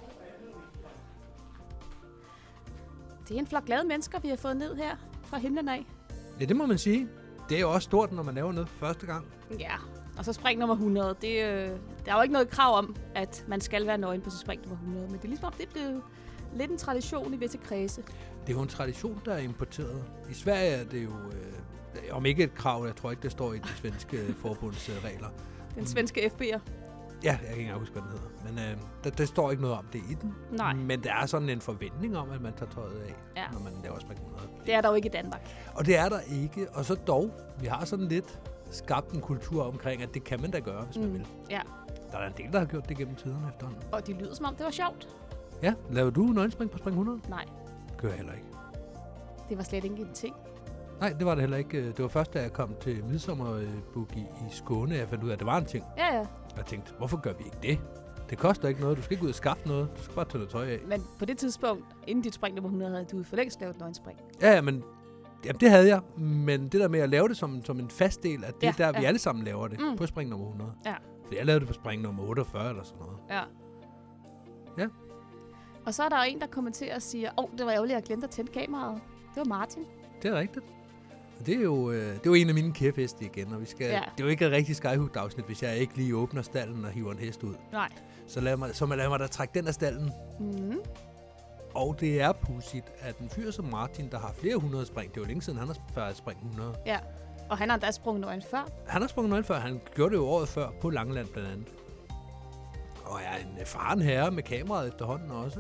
Det er en flok glade mennesker, vi har fået ned her fra himlen af. Ja, det må man sige. Det er jo også stort, når man laver noget første gang. Ja, og så spring nummer 100. Der er jo ikke noget krav om, at man skal være nøgen på sit spring nummer 100. Men det er ligesom om, det blev lidt en tradition i visse kredse. Det er jo en tradition, der er importeret. I Sverige er det jo, om ikke et krav, jeg tror ikke, det står i de svenske forbundsregler. Den svenske FB'er. Ja, jeg kan ikke engang huske, hvad den hedder. Men der står ikke noget om det i den. Nej. Men der er sådan en forventning om, at man tager tøjet af, når man laver spring 100. Det er der jo ikke i Danmark. Og det er der ikke. Og så dog, vi har sådan lidt skabt en kultur omkring, at det kan man da gøre, hvis man vil. Ja. Der er en del, der har gjort det gennem tiderne efterhånden. Og det lyder som om, det var sjovt. Ja, laver du nøgenspring på spring 100? Nej. Gør jeg heller ikke. Det var slet ikke en ting. Nej, det var det heller ikke. Det var først, da jeg kom til midsommerboogie i Skåne, jeg fandt ud af, at det var en ting. Ja. Og jeg tænkte, hvorfor gør vi ikke det? Det koster ikke noget. Du skal ikke ud og skaffe noget. Du skal bare tage noget tøj af. Men på det tidspunkt, inden dit spring nummer 100, havde du for længst lavet nøgenspring. Ja, men jamen, det havde jeg. Men det der med at lave det som en fast del, at det er der, vi alle sammen laver det. På spring nummer 100. Ja. For jeg lavede det på spring nummer 48 eller sådan noget. Ja. Ja. Og så er der en, der kommenterer og siger, det var ærgerligt, at jeg glemte at tænde kameraet. Det var Martin. Det er rigtigt. Det er jo en af mine kæpheste igen, og vi skal, det er jo ikke et rigtigt Skyhook-afsnit, hvis jeg ikke lige åbner stallen og hiver en hest ud. Nej. Så lad mig da trække den af stallen. Mm. Og det er pudsigt, at en fyr som Martin, der har flere 100 spring, det er jo længe siden, han har springet 100. Ja, og han har endda sprunget nøgen før. Han har sprunget nøgen før, han gjorde det jo året før på Langeland blandt andet. Og er en erfaren herre med kameraet efterhånden også.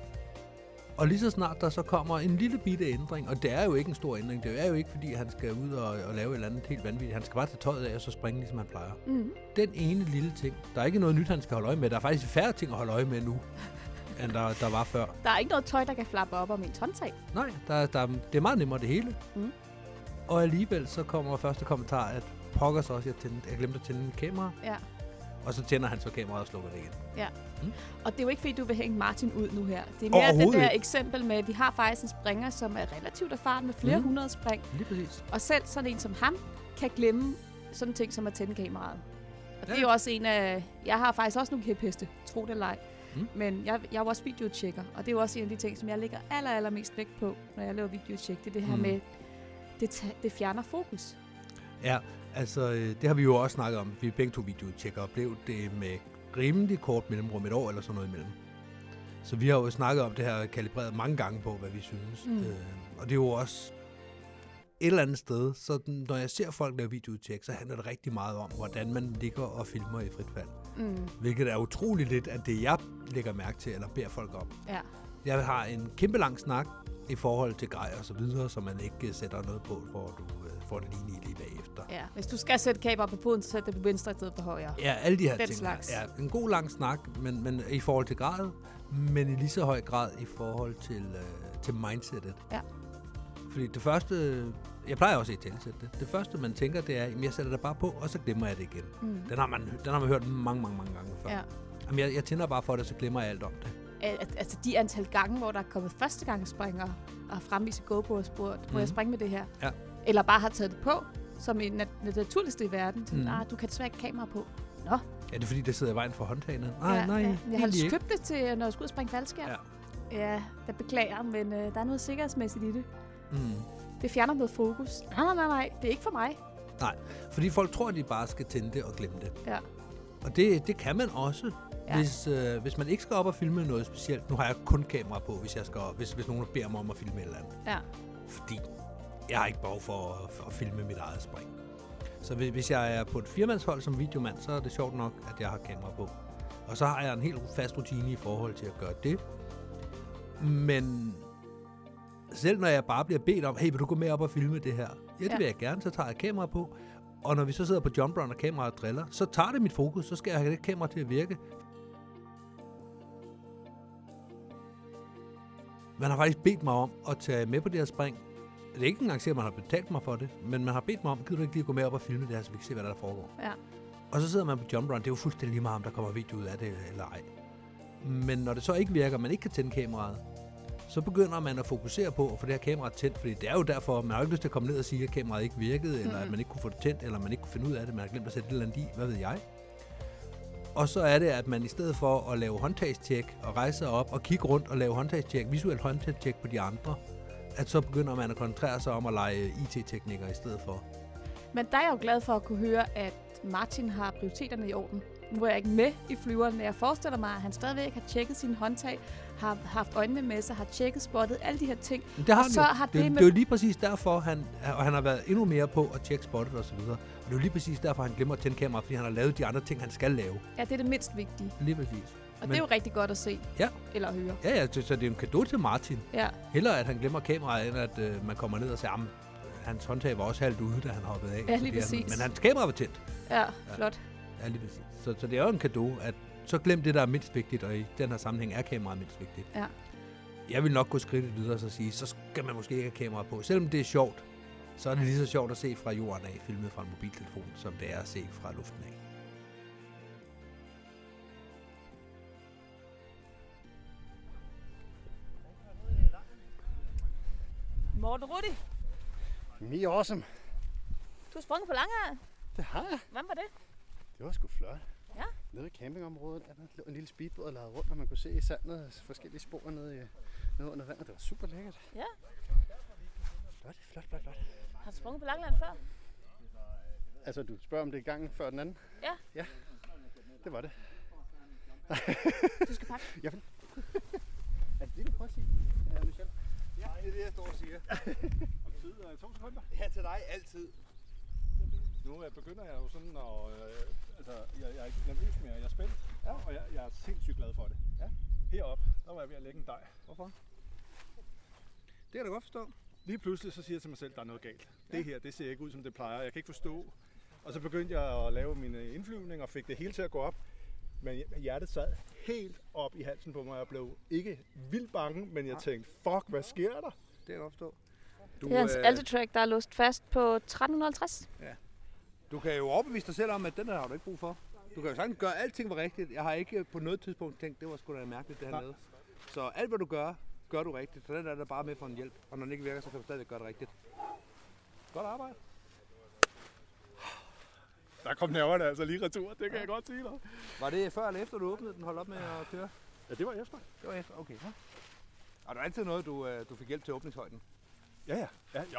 Og lige så snart der så kommer en lille bitte ændring, og det er jo ikke en stor ændring, det er jo ikke fordi han skal ud og lave et eller andet helt vanvittigt. Han skal bare tage tøjet af og så springe ligesom han plejer. Mm. Den ene lille ting, der er ikke noget nyt han skal holde øje med, der er faktisk færre ting at holde øje med nu, end der var før. Der er ikke noget tøj, der kan flappe op om en håndtag. Nej, det er meget nemmere det hele. Mm. Og alligevel så kommer første kommentar, at pokker så også, jeg glemte at tænde kamera. Ja. Og så tænder han så kameraet og slukker det igen. Ja. Mm. Og det er jo ikke fordi, du vil hænge Martin ud nu her. Det er mere det der eksempel med, at vi har faktisk en springer, som er relativt erfaren med flere 100 spring. Lige præcis. Og selv sådan en som ham kan glemme sådan en ting som at tænde kameraet. Og det er jo også en af... Jeg har faktisk også nogle kæpheste, tro det eller ej. Men jeg er jo også videotjekker, og det er jo også en af de ting, som jeg lægger allermest vægt på, når jeg laver videotjek. Det er det her med, det fjerner fokus. Ja, altså det har vi jo også snakket om. Vi er begge to videotjekker, og blev det med rimelig kort mellemrum, et år eller sådan noget imellem. Så vi har jo snakket om det her kalibreret mange gange på, hvad vi synes. Og det er jo også et eller andet sted, så når jeg ser folk lave videotjek, så handler det rigtig meget om, hvordan man ligger og filmer i frit fald. Hvilket er utroligt lidt af det, jeg lægger mærke til, eller beder folk om. Ja. Jeg har en kæmpe lang snak i forhold til grej og så videre, så man ikke sætter noget på, hvor du får det lige bagefter. Ja, hvis du skal sætte kamera på poden, så sæt det på venstre i stedet for højre. Ja, alle de her Den ting. Slags. Ja, en god lang snak, men i forhold til grad, men i lige så høj grad i forhold til mindsetet. Ja. Fordi det første, jeg plejer også at tilsætte det. Det første, man tænker, det er, at jeg sætter det bare på, og så glemmer jeg det igen. Den har man hørt mange gange før. Ja. Jamen, jeg tænder bare for det, så glemmer jeg alt om det. Altså de antal gange, hvor der er kommet førstegangsspringere og har fremvist GoPro og spurgt, må jeg springe med det her? Ja. Eller bare har taget det på, som en naturligste i verden. Du kan desværre ikke kamera på. Nå. Ja, det er fordi, det sidder i vejen for håndtagene. Nej. Jeg har købt det til, når jeg skulle ud og springe faldskærm. Ja, jeg beklager, men der er noget sikkerhedsmæssigt i det. Det fjerner noget fokus. Nej, det er ikke for mig. Nej, fordi folk tror, at de bare skal tænde det og glemme det. Ja. Og det kan man også, hvis man ikke skal op og filme noget specielt. Nu har jeg kun kamera på, hvis nogen beder mig om at filme et eller andet. Ja. Fordi jeg har ikke behov for at filme mit eget spring. Så hvis jeg er på et firmandshold som videomand, så er det sjovt nok, at jeg har kamera på. Og så har jeg en helt fast rutine i forhold til at gøre det. Men selv når jeg bare bliver bedt om, hey, vil du gå med op og filme det her? Ja, det vil jeg gerne, så tager jeg kamera på. Og når vi så sidder på jump run og kameraet driller, så tager det mit fokus, så skal jeg have det kamera til at virke. Man har faktisk bedt mig om at tage med på det her spring. Det er ikke engang sikkert, at man har betalt mig for det, men man har bedt mig om, gider du ikke lige gå med op og filme det her, så vi kan se, hvad der foregår. Ja. Og så sidder man på jump run, det er jo fuldstændig lige meget, om der kommer video ud af det eller ej. Men når det så ikke virker, man ikke kan tænde kameraet, så begynder man at fokusere på at få det her kamera tændt, fordi det er jo derfor, man har ikke lyst til at komme ned og sige, at kameraet ikke virkede, eller at man ikke kunne få det tændt, eller man ikke kunne finde ud af det, man har glemt at sætte et eller andet i, hvad ved jeg. Og så er det, at man i stedet for at lave håndtagstjek og rejse sig op og kigge rundt og lave håndtagstjek, visuelt håndtagstjek på de andre, at så begynder man at koncentrere sig om at lege IT-teknikker i stedet for. Men der er jeg jo glad for at kunne høre, at Martin har prioriteterne i orden. Nu er jeg ikke med i flyveren, men jeg forestiller mig, at han stadigvæk har tjekket sine håndtag, har haft øjnene med sig, har tjekket spottet, alle de her ting. Det har han jo. Det er jo lige præcis derfor, han har været endnu mere på at tjekke spottet og så videre. Og det er jo lige præcis derfor, han glemmer at tænde kameraet, fordi han har lavet de andre ting, han skal lave. Ja, det er det mindst vigtige. Lige præcis. Og det er jo rigtig godt at se. Ja. Eller at høre. Ja, så det er en cadeau til Martin. Ja. Hellere at han glemmer kameraet, end at man kommer ned og siger, hans håndtag var også halvt ude, da han hoppede af. Ja, lige præcis. Men hans kamera var tændt. Ja, flot. Ja, lige præcis. Så det er jo en cadeau, at så glem det, der er mindst vigtigt, og i den her sammenhæng er kameraet mindst vigtigt. Ja. Jeg vil nok gå skridtet videre og så sige, så skal man måske ikke have kamera på. Selvom det er sjovt, så er det lige så sjovt at se fra jorden af, filmet fra en mobiltelefon, som det er at se fra luften af. Morten Rudi. Me awesome. Du har sprunget på Langeland. Det har jeg. Hvordan var det? Det var sgu flot. Ja. Nede i campingområdet er der en lille speedbåd lavet rundt, og man kunne se i sandet forskellige spor nede under vandet. Det var super lækkert. Ja. Flot. Flot. Har du sprunget på Langeland før? Altså, du spørger, om det er gangen før den anden? Ja. Ja, det var det. Du skal pakke. Ja. Er det det, du prøver at sige, Michel? Ja, det er det, jeg står og siger. Om tid 2 sekunder? Ja, til dig altid. Nu begynder jeg jo sådan at... jeg er ikke nervøs mere, jeg er spændt, og jeg er sindssygt glad for det. Ja. Heroppe, der var jeg ved at lægge en dej. Hvorfor? Det kan du godt forstå. Lige pludselig så siger jeg til mig selv, at der er noget galt. Ja. Det her, det ser ikke ud, som det plejer. Jeg kan ikke forstå. Og så begyndte jeg at lave mine indflyvninger og fik det hele til at gå op. Men hjertet sad helt op i halsen på mig. Jeg blev ikke vildt bange, men jeg tænkte, fuck, hvad sker der? Det kan jeg godt forstå. Det er hans Altitrack, der er låst fast på 1350. Ja. Du kan jo overbevise dig selv om, at den der har du ikke brug for. Du kan jo sagtens gøre, at alting var rigtigt. Jeg har ikke på noget tidspunkt tænkt, det var sgu da mærkeligt, det her lavede. Så alt, hvad du gør, gør du rigtigt. Så den er der bare med for en hjælp. Og når den ikke virker, så kan du stadig gøre det rigtigt. Godt arbejde. Der kom nerverne altså lige retur, det kan jeg godt sige dig. Var det før eller efter, du åbnede den, holdt op med at køre? Ja, det var efter. Det var efter, okay. Ja. Og der er altid noget, du fik hjælp til åbningshøjden? Ja. Jo.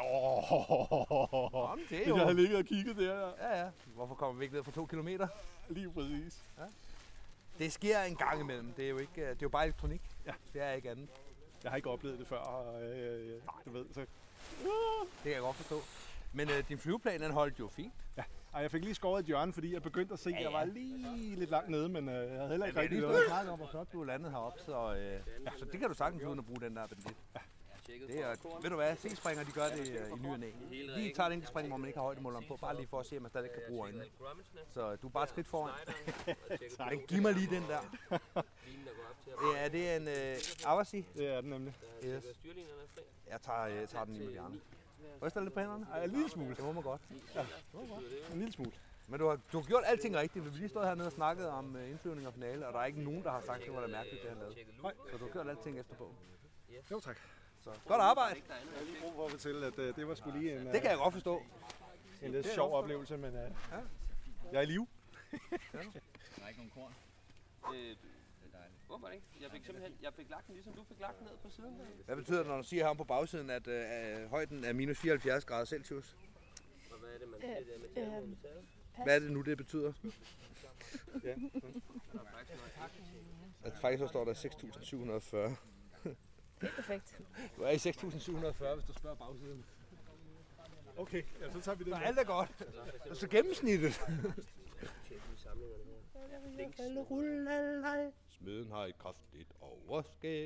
Jamen, det er jo. Jeg har ligget og kigget der. Ja. Hvorfor kommer vi ikke ned for 2 kilometer? Lige præcis. Ja. Det sker en gang imellem. Det er jo ikke, det er jo bare elektronik. Ja. Det er ikke andet. Jeg har ikke oplevet det før. Du ved, så... Det kan jeg godt forstå. Men din flyveplan, den holdt jo fint. Ja. Ej, jeg fik lige skåret et hjørne, fordi jeg begyndte at se, at jeg var lige lidt langt nede, men jeg havde heller ikke rigtig noget. Jeg lige snakket om, hvor flot du landede heroppe, så det kan du sagtens uden at bruge den der bandit. Ja. Det er, ved du hvad, C-springer, de gør det i ny og næ. De tager det enkelt spring, hvor man ikke har højdemåleren på, bare lige for at se, om man stadig kan bruge øjnene. Så du er bare et skridt foran. Men giv mig lige den der. Ja, det er en Avasi. Det er den nemlig. Yes. Jeg tager den lige med Bjarne. Ryster lidt på hænderne? Ej, en lille smule. Det må man godt. Ja, en lille smule. Men du har gjort alting rigtigt. Vi lige stået hernede og snakket om indflyvning og finale, og der er ikke nogen, der har sagt, at det var da mærkeligt, det han lavede. Nej. Så du har gjort alting efter bogen. Jo, tak. Så godt arbejde. Jeg har lige brug for at fortælle, at det var sgu lige en... Det kan jeg godt forstå. En lidt sjov oplevelse, men jeg er i live. Der er ikke nogen korn. Hvorfor ikke? Jeg fik lagt den ligesom du fik lagt den ned på siden. Hvad betyder det, når du siger her på bagsiden, at højden er minus 74 grader Celsius? Og hvad er det, man siger der med metal? Hvad er det nu, det betyder? Ja. Faktisk så står der 6.740. Det er perfekt. Du er i 6.740, hvis du spørger bagsiden. Okay, ja, så tager vi det. Så alt er godt. Så gennemsnittet. Smeden har et kraftigt overskæg.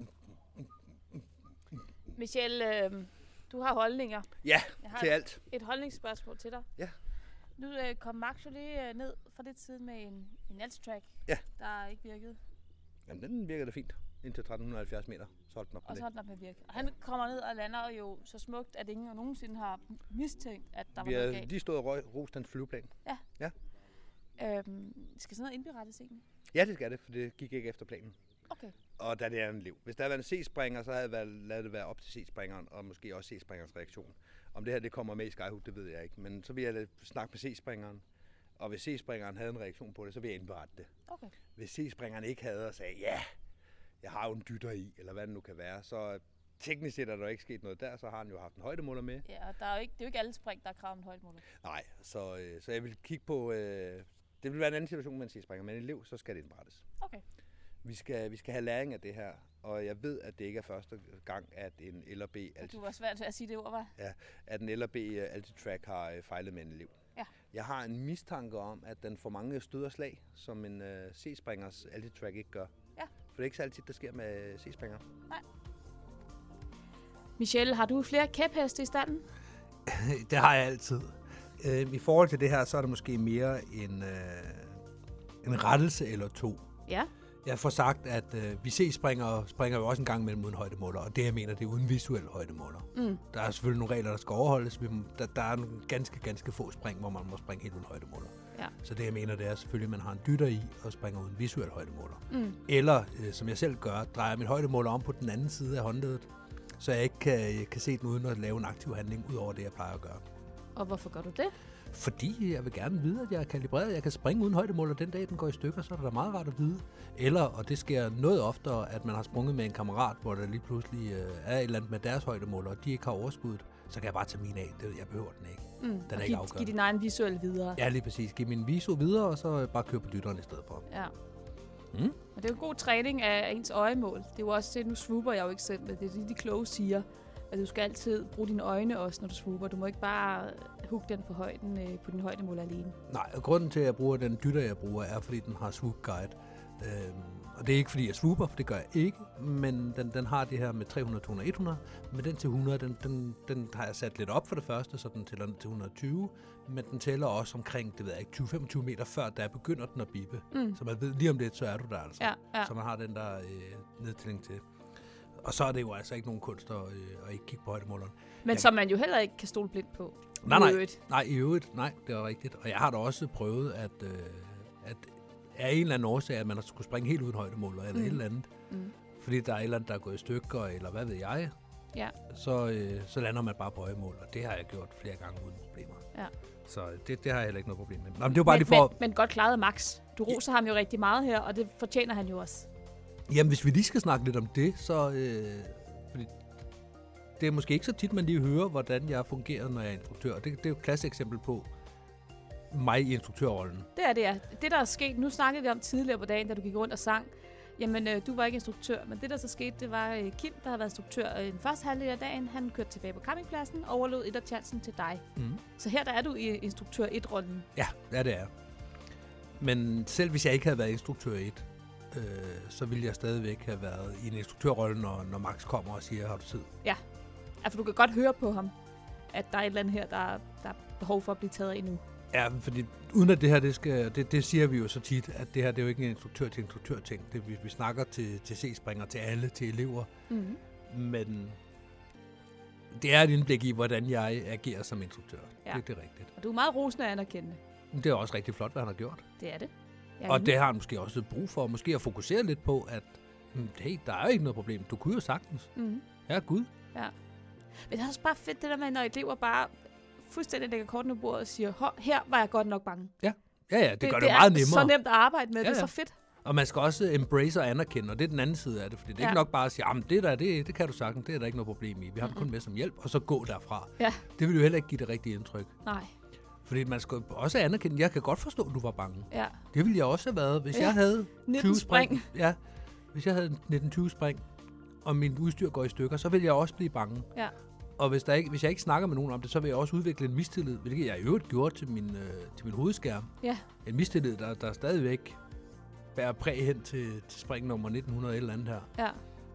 Michel, du har holdninger. Ja, jeg har til alt. Et holdningsspørgsmål til dig. Ja. Nu kom Max jo lige ned for lidt siden med en Altitrack, der ikke virkede. Jamen, den virkede da fint. Indtil 1370 meter, så holdt den op med og så holdt den op med at virke. Og han kommer ned og lander jo så smukt, at ingen nogensinde har mistænkt, at der var noget galt. Vi har lige stået og rost hans flyveplan. Ja. Skal sådan noget indberettes egentlig? Ja, det skal det, for det gik ikke efter planen. Okay. Og da det er en liv. Hvis der havde været en C-springer, så havde jeg ladet det være op til C-springeren, og måske også C-springerens reaktion. Om det her det kommer med i Skyhook, det ved jeg ikke. Men så vil jeg snakke med C-springeren. Og hvis C-springeren havde en reaktion på det, så vil jeg indberette det. Okay. Hvis C-springeren ikke havde og sagde, ja, jeg har jo en dytter i, eller hvad det nu kan være, så teknisk set er der ikke sket noget der, så har han jo haft en højdemåler med. Ja, og det er jo ikke alle spring, der er krav om en højdemåler. Nej, så jeg vil kigge på, det vil være en anden situation med en C-springer, men en elev, så skal det indberettes. Okay. Vi skal have læring af det her, og jeg ved, at det ikke er første gang, at en LRB... Du var svært ved at sige det ord, hva'? Ja, at en LRB Altitrack har fejlet med en elev. Ja. Jeg har en mistanke om, at den får mange stød og slag, som en C-springers Altitrack ikke gør. Ja. For det er ikke så altid, der sker med C-springer. Nej. Michel, har du flere kæpheste i standen? Det har jeg altid. I forhold til det her, så er det måske mere en rettelse eller to. Ja. Jeg får sagt, at vi springer jo også en gang mellem uden højdemåler, og det jeg mener, det er uden visuel højdemåler. Mm. Der er selvfølgelig nogle regler, der skal overholdes. Der er nogle ganske få spring, hvor man må springe helt uden højdemåler. Ja. Så det jeg mener, det er selvfølgelig, at man har en dytter i og springer uden visuel højdemåler. Mm. Eller, som jeg selv gør, drejer min højdemåler om på den anden side af håndledet, så jeg ikke kan se den uden at lave en aktiv handling, ud over det, jeg plejer at gøre. Og hvorfor gør du det? Fordi jeg vil gerne vide, at jeg er kalibreret. Jeg kan springe uden højdemåler den dag, den går i stykker, så er det da meget rart at vide. Eller, og det sker noget oftere, at man har sprunget med en kammerat, hvor der lige pludselig er et eller andet med deres højdemåler, og de ikke har overskuddet. så kan jeg bare tage min af. Jeg behøver den ikke. Den er og ikke afgørende. Giv din egen visuel videre. Ja, lige præcis. Giv min viso videre, og så bare køre på dytteren i stedet for. Ja. Og det er jo en god træning af ens øjemål. Det er jo også det, nu swooper jeg jo ikke selv, men det er det, de kloge siger, at du skal altid bruge dine øjne også, når du swooper. Du må ikke bare hugge den på højden, på din højdemål alene. Nej, og grunden til, at jeg bruger den dytter, jeg bruger, er, fordi den har swoop guide. Og det er ikke, fordi jeg swooper, for det gør jeg ikke, men den har det her med 300, 200, 100. Men den til 100, den har jeg sat lidt op for det første, så den tæller til 120. Men den tæller også omkring, det ved jeg ikke, 20-25 meter før, der begynder den at bippe. Så man ved lige om lidt, så er du der altså. Ja. Så man har den der nedtælling til. Og så er det jo altså ikke nogen kunst at ikke kigge på højdemåleren. Men som man jo heller ikke kan stole blindt på. Nej, i øvrigt. Nej, det er rigtigt. Og jeg har da også prøvet, at af en eller anden årsag, at man har skulle springe helt uden højdemåler eller et eller andet. Fordi der er et eller andet, der er gået i stykker, eller hvad ved jeg. Ja. Så lander man bare på højdemål, og det har jeg gjort flere gange uden problemer. Ja. Så det har jeg heller ikke noget problem med. Nå, men det var bare lige for... men godt klaret Max. Du roser ham jo rigtig meget her, og det fortjener han jo også. Jamen, hvis vi lige skal snakke lidt om det, så... fordi det er måske ikke så tit, man lige hører, hvordan jeg fungerer, når jeg er instruktør. Det er jo et klasseeksempel på mig i instruktørrollen. Det er det, ja. Det, der er sket... Nu snakkede vi om tidligere på dagen, da du gik rundt og sang. Jamen, du var ikke instruktør, men det, der så skete, det var Kim, der har været instruktør den første halvdel af dagen. Han kørte tilbage på campingpladsen og overlod chancen til dig. Så her der er du i instruktør 1-rollen. Ja, det er. Men selv hvis jeg ikke havde været instruktør 1, så ville jeg stadigvæk have været i en instruktørrolle, når Max kommer og siger, har du tid? Ja, for du kan godt høre på ham, at der er et eller andet her, der er behov for at blive taget af nu. Ja, fordi uden at det her, det siger vi jo så tit, at det her, det er jo ikke en instruktør til instruktør-ting. Vi snakker til C-springer, til alle, til elever. Men det er et indblik i, hvordan jeg agerer som instruktør. Ja. Det er rigtigt. Og du er meget rosende og anerkendende. Det er også rigtig flot, hvad han har gjort. Det er det. Og det har han måske også brug for, måske at fokusere lidt på, at hey, der er jo ikke noget problem. Du kunne jo sagtens. Ja, Gud. Ja. Men det er også bare fedt, det der med, når elever bare fuldstændig lægger kortene på bordet og siger, her var jeg godt nok bange. Ja, det gør det meget nemmere. Det er så nemt at arbejde med, det er så fedt. Og man skal også embrace og anerkende, og det er den anden side af det, fordi det er ikke nok bare at sige, det kan du sagtens, det er der ikke noget problem i. Vi har det kun med som hjælp, og så gå derfra. Ja. Det vil jo heller ikke give det rigtige indtryk. Nej. Fordi man skal også anerkende, jeg kan godt forstå, at du var bange. Ja. Det ville jeg også have været, hvis jeg havde 19 spring. Ja, hvis jeg havde 19-20 spring, og min udstyr går i stykker, så ville jeg også blive bange. Ja. Og hvis jeg ikke snakker med nogen om det, så vil jeg også udvikle en mistillid, hvilket jeg i øvrigt gjorde til min hovedskærm. Ja. En mistillid, der stadigvæk bærer præg hen til spring nummer 1900 eller andet her. Ja.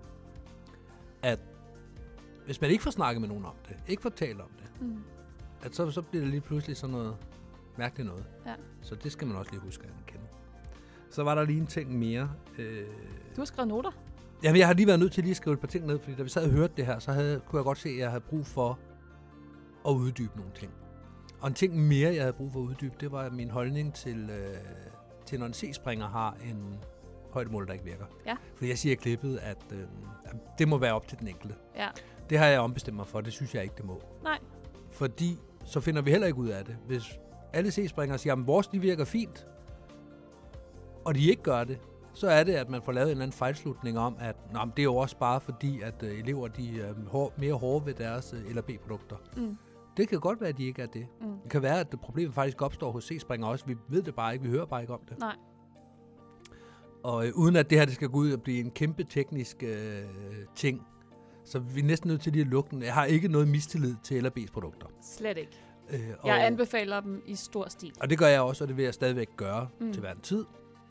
At hvis man ikke får snakket med nogen om det, ikke får talt om det, at så bliver det lige pludselig sådan noget mærkeligt noget. Ja. Så det skal man også lige huske at kende. Så var der lige en ting mere. Du har skrevet noter? Jamen, jeg har lige været nødt til lige at skrive et par ting ned, fordi da vi sad og hørte det her, så kunne jeg godt se, at jeg havde brug for at uddybe nogle ting. Og en ting mere, jeg havde brug for at uddybe, det var min holdning til når en C-springer har en højdemål, der ikke virker. Ja. Fordi jeg siger i klippet, at det må være op til den enkelte. Ja. Det har jeg ombestemt mig for, det synes jeg ikke, det må. Nej. Fordi så finder vi heller ikke ud af det. Hvis alle C-springere siger, at vores de virker fint, og de ikke gør det, så er det, at man får lavet en eller anden fejlslutning om, at det er jo også bare fordi, at elever de er mere hårde ved deres LRB-produkter. Det kan godt være, at de ikke er det. Det kan være, at problemet faktisk opstår hos C-springere også. Vi ved det bare ikke, vi hører bare ikke om det. Nej. Og uden at det her det skal gå ud og blive en kæmpe teknisk ting, så vi er næsten nødt til lige at lukke den. Jeg har ikke noget mistillid til LRB's produkter. Slet ikke. Jeg anbefaler dem i stor stil. Og det gør jeg også, og det vil jeg stadigvæk gøre til hver en tid.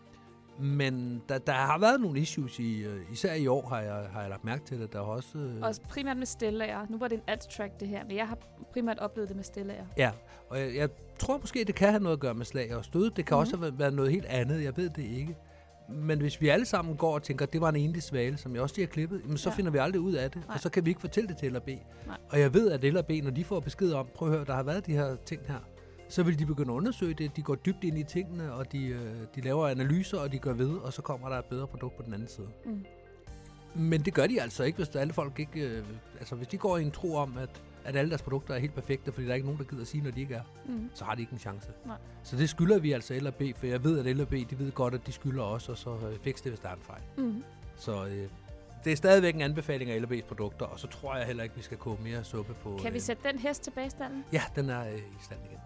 Men der har været nogle issues, især i år har jeg lagt mærke til det. Der er også primært med stellager. Nu var det en ad-track det her, men jeg har primært oplevet det med stellager. Ja, og jeg tror måske, det kan have noget at gøre med slag og stød. Det kan også være noget helt andet, jeg ved det ikke. Men hvis vi alle sammen går og tænker, at det var en enlig svale, som jeg også lige har klippet, jamen så finder vi aldrig ud af det, og så kan vi ikke fortælle det til LRB. Nej. Og jeg ved, at LRB, når de får besked om, prøv at høre, der har været de her ting her, så vil de begynde at undersøge det, de går dybt ind i tingene, og de laver analyser, og de gør ved, og så kommer der et bedre produkt på den anden side. Men det gør de altså ikke, hvis alle folk ikke... hvis de går i en tro om, at alle deres produkter er helt perfekte, fordi der er ikke nogen, der gider at sige, når de ikke er, så har de ikke en chance. Nej. Så det skylder vi altså LRB, for jeg ved, at LRB, de ved godt, at de skylder os, og så fikse det, hvis der er en fejl. Så det er stadigvæk en anbefaling af LB's produkter, og så tror jeg heller ikke, vi skal koge mere suppe på... Kan vi sætte den hest tilbage i stallen? Ja, den er i stand igen.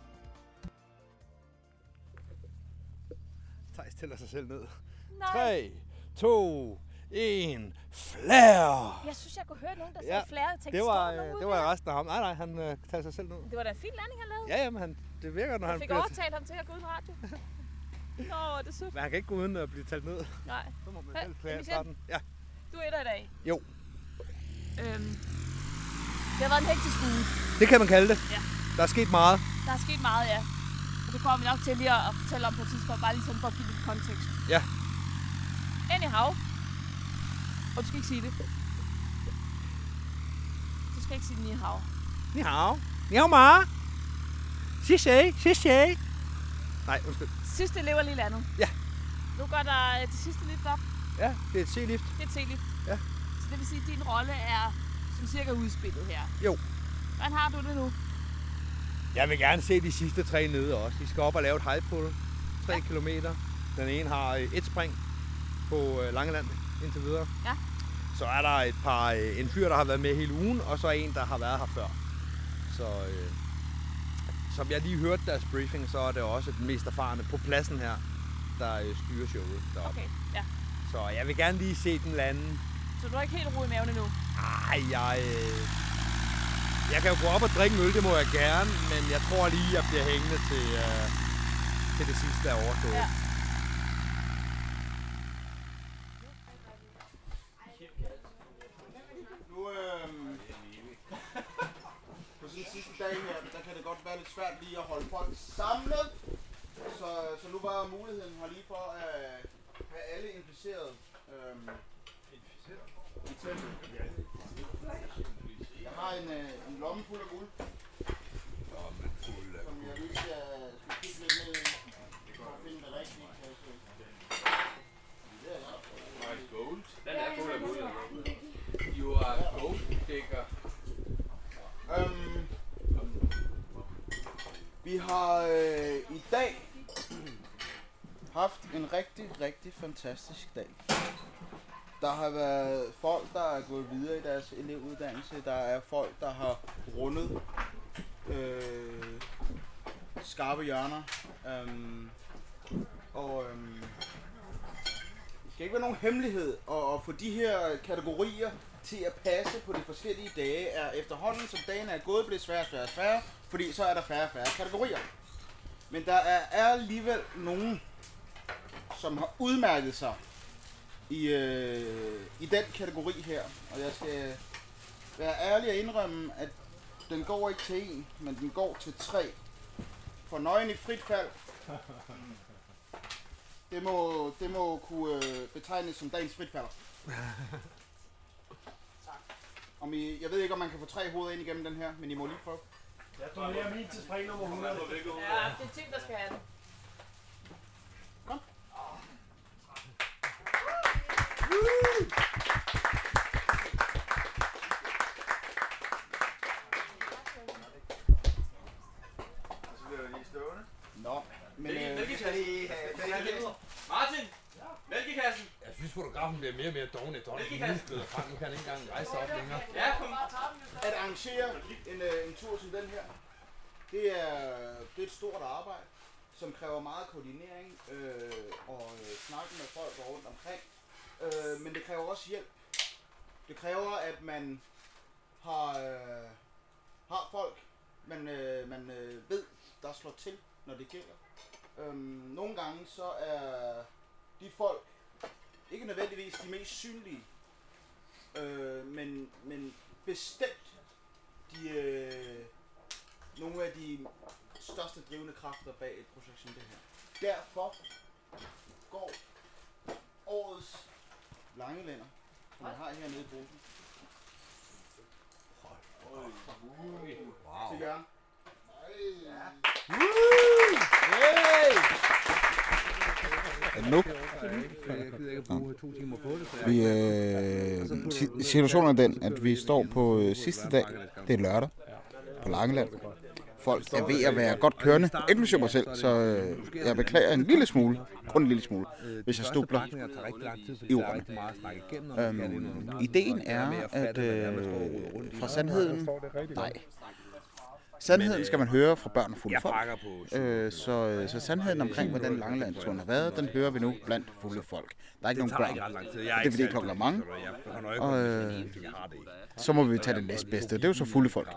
Thijs tæller sig selv ned. Nej. 3, 2, 1, flare! Jeg synes, jeg kunne høre nogen, der sagde flare. Det var resten af ham. Nej, han tager sig selv ned. Det var da en fin landing, han lavede. Ja, men det virker, når han fik overtalt ham til at gå uden radio. Nå, det er super. Men han kan ikke gå uden at blive talt ned. Nej. Så må man selv klare starten. Ja. Du er etter i dag. Jo. Det har været en hektisk uge. Det kan man kalde det. Ja. Der er sket meget. Der er sket meget, ja. Og det kommer vi nok til lige at fortælle om på et tidspunkt, bare lige sådan for at give lidt kontekst. Ja. Anyhow. Og du skal ikke sige det. Du skal ikke sige ni hao. Ni hao. Ni hao ma. Xie. Nej, undskyld. Sidste lever lige landet. Ja. Nu går der det sidste lift op. Ja, det er et C-lift. Det er et C-lift. Ja. Så det vil sige, at din rolle er som cirka udspillet her. Jo. Hvordan har du det nu? Jeg vil gerne se de sidste 3 nede også. De skal op og lave et high pull. 3 kilometer. Den ene har et spring på Langeland indtil videre. Ja. Så er der en fyr, der har været med hele ugen, og så en, der har været her før. Så som jeg lige hørte deres briefing, så er det også den mest erfarne på pladsen her, der styrer showet deroppe. Okay, ja. Så jeg vil gerne lige se den lande. Så du er ikke helt ro i maven endnu? Ej, jeg kan jo gå op og drikke en øl, det må jeg gerne, men jeg tror lige, jeg bliver hængende til det sidste er overstået. Ja. Nu, på sådan en sidste dag her, der kan det godt være lidt svært lige at holde folk samlet. Så nu var muligheden her lige for at have alle impliceret i teltet. Jeg har en lomme fuld af guld. Som jeg lige skal kigge lidt ned i, for at finde det rigtige. Nice gold. Den er fuld af guld. You are gold digger. Vi har i dag haft en rigtig fantastisk dag. Der har været folk, der er gået videre i deres elevuddannelse. Der er folk, der har rundet skarpe hjørner. Det skal ikke være nogen hemmelighed at få de her kategorier til at passe på de forskellige dage er efterhånden, som dagen er gået, blevet sværere, fordi så er der færre kategorier. Men der er alligevel nogen, som har udmærket sig i den kategori her. Og jeg skal være ærlig og indrømme, at den går ikke til 1, men den går til 3. For nøgen i frit fald, det må kunne betegnes som dagens fritfalder. Jeg ved ikke, om man kan få 3 hoveder ind igennem den her, men I må lige prøve. Jeg donerer min til spring nummer 100. Ja, det er Tim, der skal have den. Kom. Så bliver jeg lige stående. Nå, men... Martin! Mælkekassen! Jeg synes, fotografen bliver mere og mere doven efterhånden. Nu kan han ikke engang rejse op længere. Ja, kom. At arrangere en tur som den her, det er et stort arbejde, som kræver meget koordinering og snakke med folk rundt omkring. Men det kræver også hjælp. Det kræver, at man har folk, man ved, der slår til, når det gælder. Nogle gange så er de folk ikke nødvendigvis de mest synlige, men bestemt nogle af de største drivende kræfter bag et projekt som det her. Derfor går årets Langelænder, som jeg har hernede i Brosen, til jer. Nu. Situationen er den, at vi står på sidste dag. Det er lørdag på Langeland. folk er ved at være godt kørende, inklusive mig selv, så jeg beklager en lille smule, kun en lille smule, hvis jeg stubler i ordene. Ideen er, at fra sandheden... Nej. Sandheden skal man høre fra børn og fulde folk. Så sandheden omkring, hvordan Langelandsturen har været, den hører vi nu blandt fulde folk. Der er ikke nogen børn. Det er fordi klokken er mange. Og så må vi tage det næstbedste. Det er jo så fulde folk.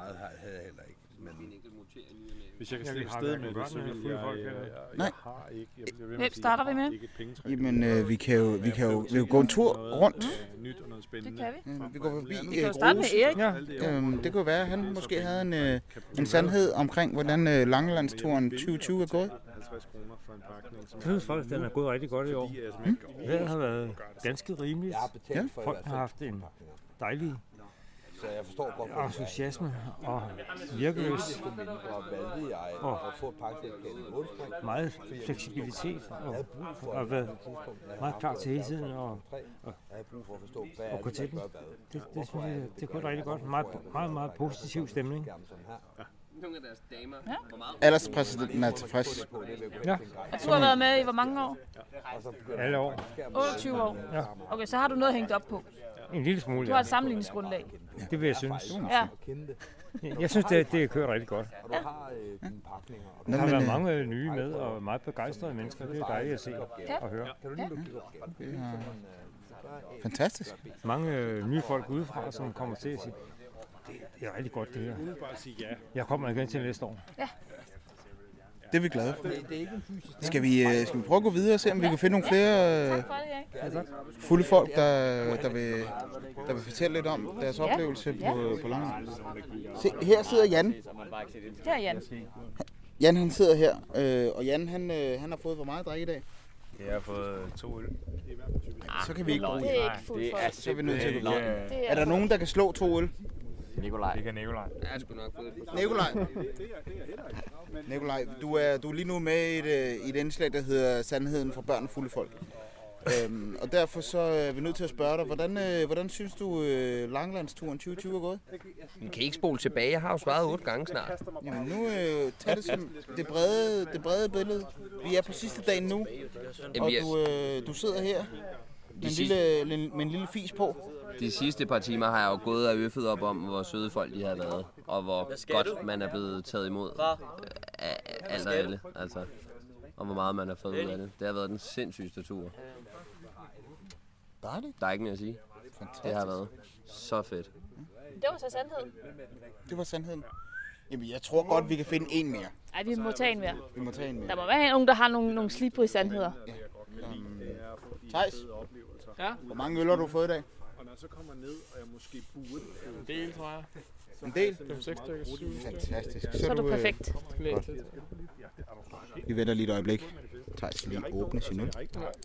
Hvis jeg kan slippe sted med det, så vil Nej. Hvem starter vi med? Jamen, vi kan jo gå en tur rundt. Det kan vi. Vi går forbi Vi kan jo starte med Erik. Det kunne være, at han måske havde en sandhed omkring, hvordan Langelandsturen 2020 er gået. Jeg synes faktisk, den er gået rigtig godt i år. Vejret har været ganske rimeligt. Ja. Folk har haft en dejlig entusiasme og virkelyst og meget fleksibilitet og har været meget klar til hele tiden og gå til den. Det synes jeg, det går rigtig godt. Meget positiv stemning. Alderspræsidenten er tilfreds. Ja. Og du har været med i hvor mange år? Alle år. 28 år? Ja. Okay, så har du noget hængt op på. En lille smule, Du har et sammenligningsgrundlag. Det vil jeg synes. Ja. Jeg synes, det kører rigtig godt. Ja. Der har været mange nye med, og meget begejstrede mennesker. Det er dejligt at se og høre. Ja. Fantastisk. Mange nye folk udefra, som kommer til at sige, det er rigtig godt det her. Jeg kommer igen til næste år. Ja. Det er vi glade for. Skal vi prøve at gå videre og se, om vi kan finde nogle flere fulde folk, der vil fortælle lidt om deres oplevelse på Langeland. Se, her sidder Jan. Det er Jan. Jan han sidder her, og Jan han har fået hvor meget drik i dag? Jeg har fået 2 øl. Så kan vi ikke bruge det. Er ikke fuldt folk. Så er vi nødt til at gå. Er der nogen, der kan slå 2 øl? Nikolaj. Det kan Nikolaj. Jeg skulle nok få det. Nikolaj, du er lige nu med i et indslag, der hedder Sandheden fra børn og fulde folk. Og derfor så er vi nødt til at spørge dig, hvordan synes du Langelandsturen 2020 er gået? Vi kan ikke spole tilbage. Jeg har jo svaret 8 gange snart. Jamen nu tag det som det brede billede. Vi er på sidste dagen nu, og du sidder her med en lille fis på. De sidste par timer har jeg jo gået og øffet op om, hvor søde folk de har været, og hvor godt man er blevet taget imod af alt og alle, altså, og hvor meget man har fået ud af det. Det har været den sindssygste tur. Dejligt. Der er ikke mere at sige. Fantastisk. Det har været så fedt. Det var så sandheden. Det var sandheden. Jamen, jeg tror godt, vi kan finde en mere. Ej, vi må tage en mere. Der må være nogen, der har nogle slibrige sandheder. Ja. Theis, hvor mange øl har du fået i dag? Og når jeg så kommer ned, og jeg måske burde... En del, tror jeg. En del? 5-6 stykker, 7. Fantastisk. Så er du perfekt. Godt. Vi venter lige et øjeblik. Theis lige åbne sin øl.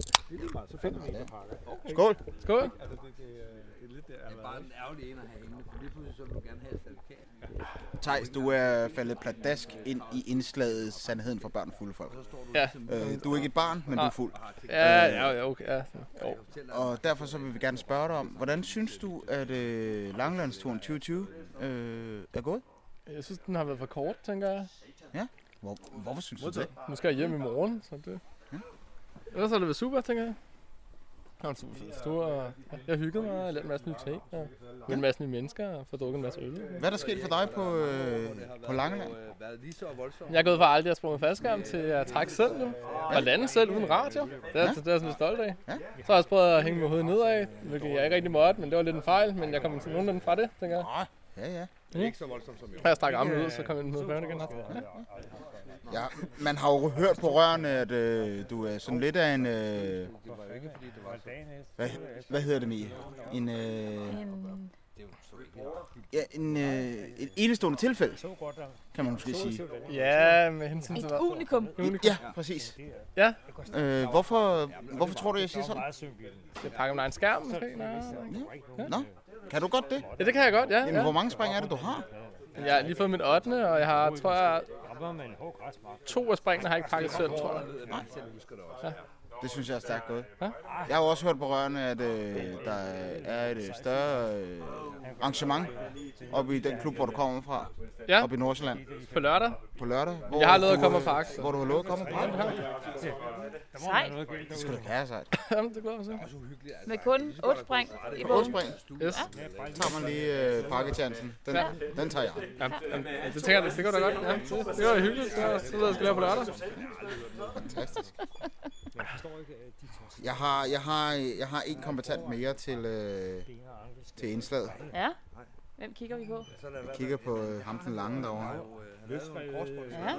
Skål! Skål! Det er bare en ærgerlig en at have inde, for lige pludselig så vil du gerne have et certifikat. Theis, du er faldet pladask ind i indslaget Sandheden for børn og fulde folk. Ja. Du er ikke et barn, men du er fuld. Ja, okay. Ja. Og derfor så vil vi gerne spørge dig om, hvordan synes du, at Langelandsturen 2020 er gået? Jeg synes, den har været for kort, tænker jeg. Ja? Hvorfor synes du det? Nu skal jeg hjem i morgen, så det... Ja. Ellers har det været super, tænker jeg. Jeg har en super fed stor, og jeg hyggede mig, og lærte en masse nye ting, og mødte en masse nye mennesker, og fået drukket en masse øl. Hvad er der sket for dig på Langeland? Jeg er gået fra aldrig at sprunge faldskærm til at trække selv nu, og lande selv uden radio. Det er jeg sådan lidt stolt af. Så har jeg også prøvet at hænge med hovedet nedad, hvilket jeg ikke rigtig måtte, men det var lidt en fejl, men jeg kom til nogenlunde fra det, tænker jeg. Ja. Det er ikke så voldsomt som jo. Jeg stak armen ud, så kom jeg med færgen igen. Ja, man har jo hørt på rørene, at du er sådan lidt af en... Hvad hedder det, Mie? Et enestående tilfælde, kan man måske sige. Ja, med hensyn til... Et unikum. Ja, præcis. Ja. Hvorfor tror du, jeg siger sådan? Jeg pakker min egen skærm, måske. Nå, kan du godt det? Ja, det kan jeg godt, ja. Jamen, hvor mange spring er det, du har? Jeg har lige fået min 8. og jeg har, tror jeg, 2 af springene har jeg ikke pakket selv, tror jeg. Nej. Ja. Det synes jeg er stærkt gået. Ja? Jeg har jo også hørt på rørene, at der er et større arrangement oppe i den klub, hvor du kommer fra. Ja. Oppe i Nordsjælland. På lørdag. På lørdag? Hvor Jeg har lovet at komme og pakke. Hvor du har lovet at komme og pakke? Sejt. Det skulle da være sejt. Jamen, det glæder mig så. Med kun 8 spring i bogen. 8 spring. Yes. Tager man lige pakkechancen. Den tager jeg. Ja, det tænker jeg, det går da godt. Ja, det var hyggeligt. Så ved jeg, skal lave på lørdag. Fantastisk. Jeg har en kompetent mere til indslaget. Ja. Hvem kigger vi på? Jeg kigger på ham den lange derovre. Ja.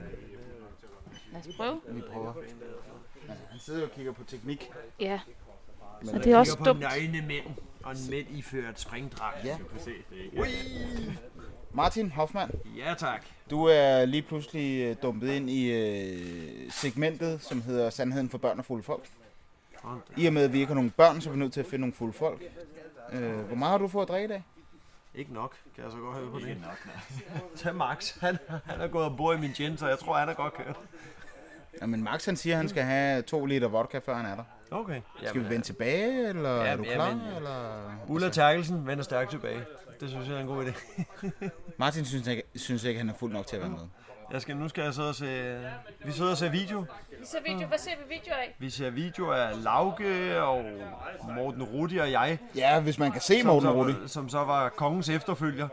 Lad os prøve. Vi prøver. Han sidder og kigger på teknik. Ja. Men og det er også dumt. Nøgne mænd og en mænd iført springdragt. Ja. Ui! Martin Hoffmann. Ja, tak. Du er lige pludselig dumpet ind i segmentet, som hedder Sandheden for børn og fulde folk. I og med, at vi ikke har nogen børn, så er vi nødt til at finde nogle fulde folk. Hvor meget har du fået at drikke i dag? Ikke nok, kan jeg så godt høre på det. Tag Max. Han er gået ombord i min gin, så jeg tror, han er godt kørt. Jamen Max han siger, at han skal have 2 liter vodka, før han er der. Okay. Skal vi vende tilbage, eller er du klar? Eller? Ulla Terkelsen vender stærkt tilbage. Det synes jeg er en god idé. Martin synes ikke, han er fuld nok til at være med. Nu skal jeg sidde og se... Vi sidder og ser video. Vi ser video. Hvad ser vi video af? Vi ser video af Lauke og Morten Rudi og jeg. Ja, hvis man kan se Morten Rudi. Som så var kongens efterfølger.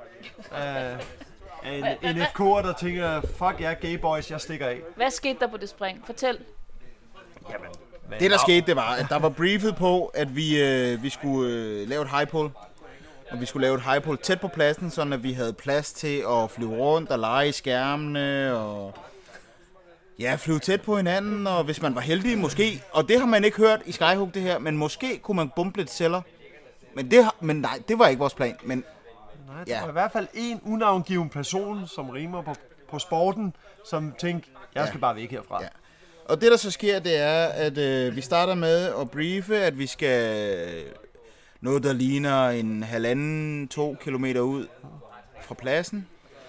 En NFK'er, der tænker, fuck ja, gay boys, jeg stikker af. Hvad skete der på det spring? Fortæl. Jamen, det der skete, det var, at der var briefet på, at vi skulle lave et high pull. Og vi skulle lave et high pull tæt på pladsen, sådan at vi havde plads til at flyve rundt og lege i skærmene og ja, flyve tæt på hinanden, og hvis man var heldig måske, og det har man ikke hørt i Skyhook det her, men måske kunne man bumpe lidt celler. Men nej, det var ikke vores plan. Men nej, det var i hvert fald en unavngiven person, som rimer på sporten, som tænkte, jeg skal bare væk herfra. Ja. Og det der så sker, det er, at vi starter med at briefe, at vi skal noget, der ligner en 1,5-2 kilometer ud fra pladsen.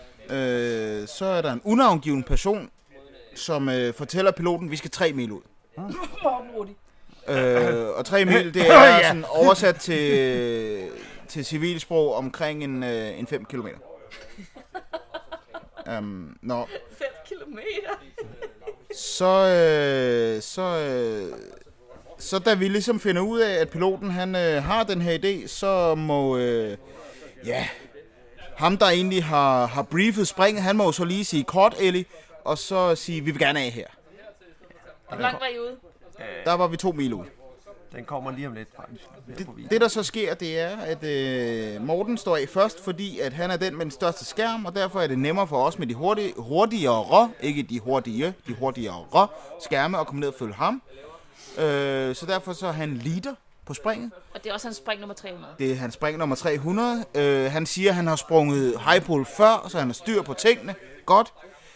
Så er der en unavngiven person, som fortæller piloten, at vi skal 3 mil ud. Og 3 mil, det er sådan oversat til civilsprog omkring en 5 kilometer. 5 kilometer? Så da vi ligesom finder ud af, at piloten han har den her idé, så må ham der egentlig har briefet springet, han må så lige sige kort Ellie, og så sige, vi vil gerne af her. Hvor langt var I ude? Der var vi 2 mil ude. Den kommer lige om lidt, faktisk. Det der så sker, det er, at Morten står af først, fordi at han er den med den største skærm, og derfor er det nemmere for os med de hurtigere, ikke de hurtigere skærme at komme ned og følge ham. Så derfor så er han leader på springet. Og det er også hans spring nummer 300. Det er hans spring nummer 300. Han siger, at han har sprunget high pull før, så han har styr på tingene. Godt.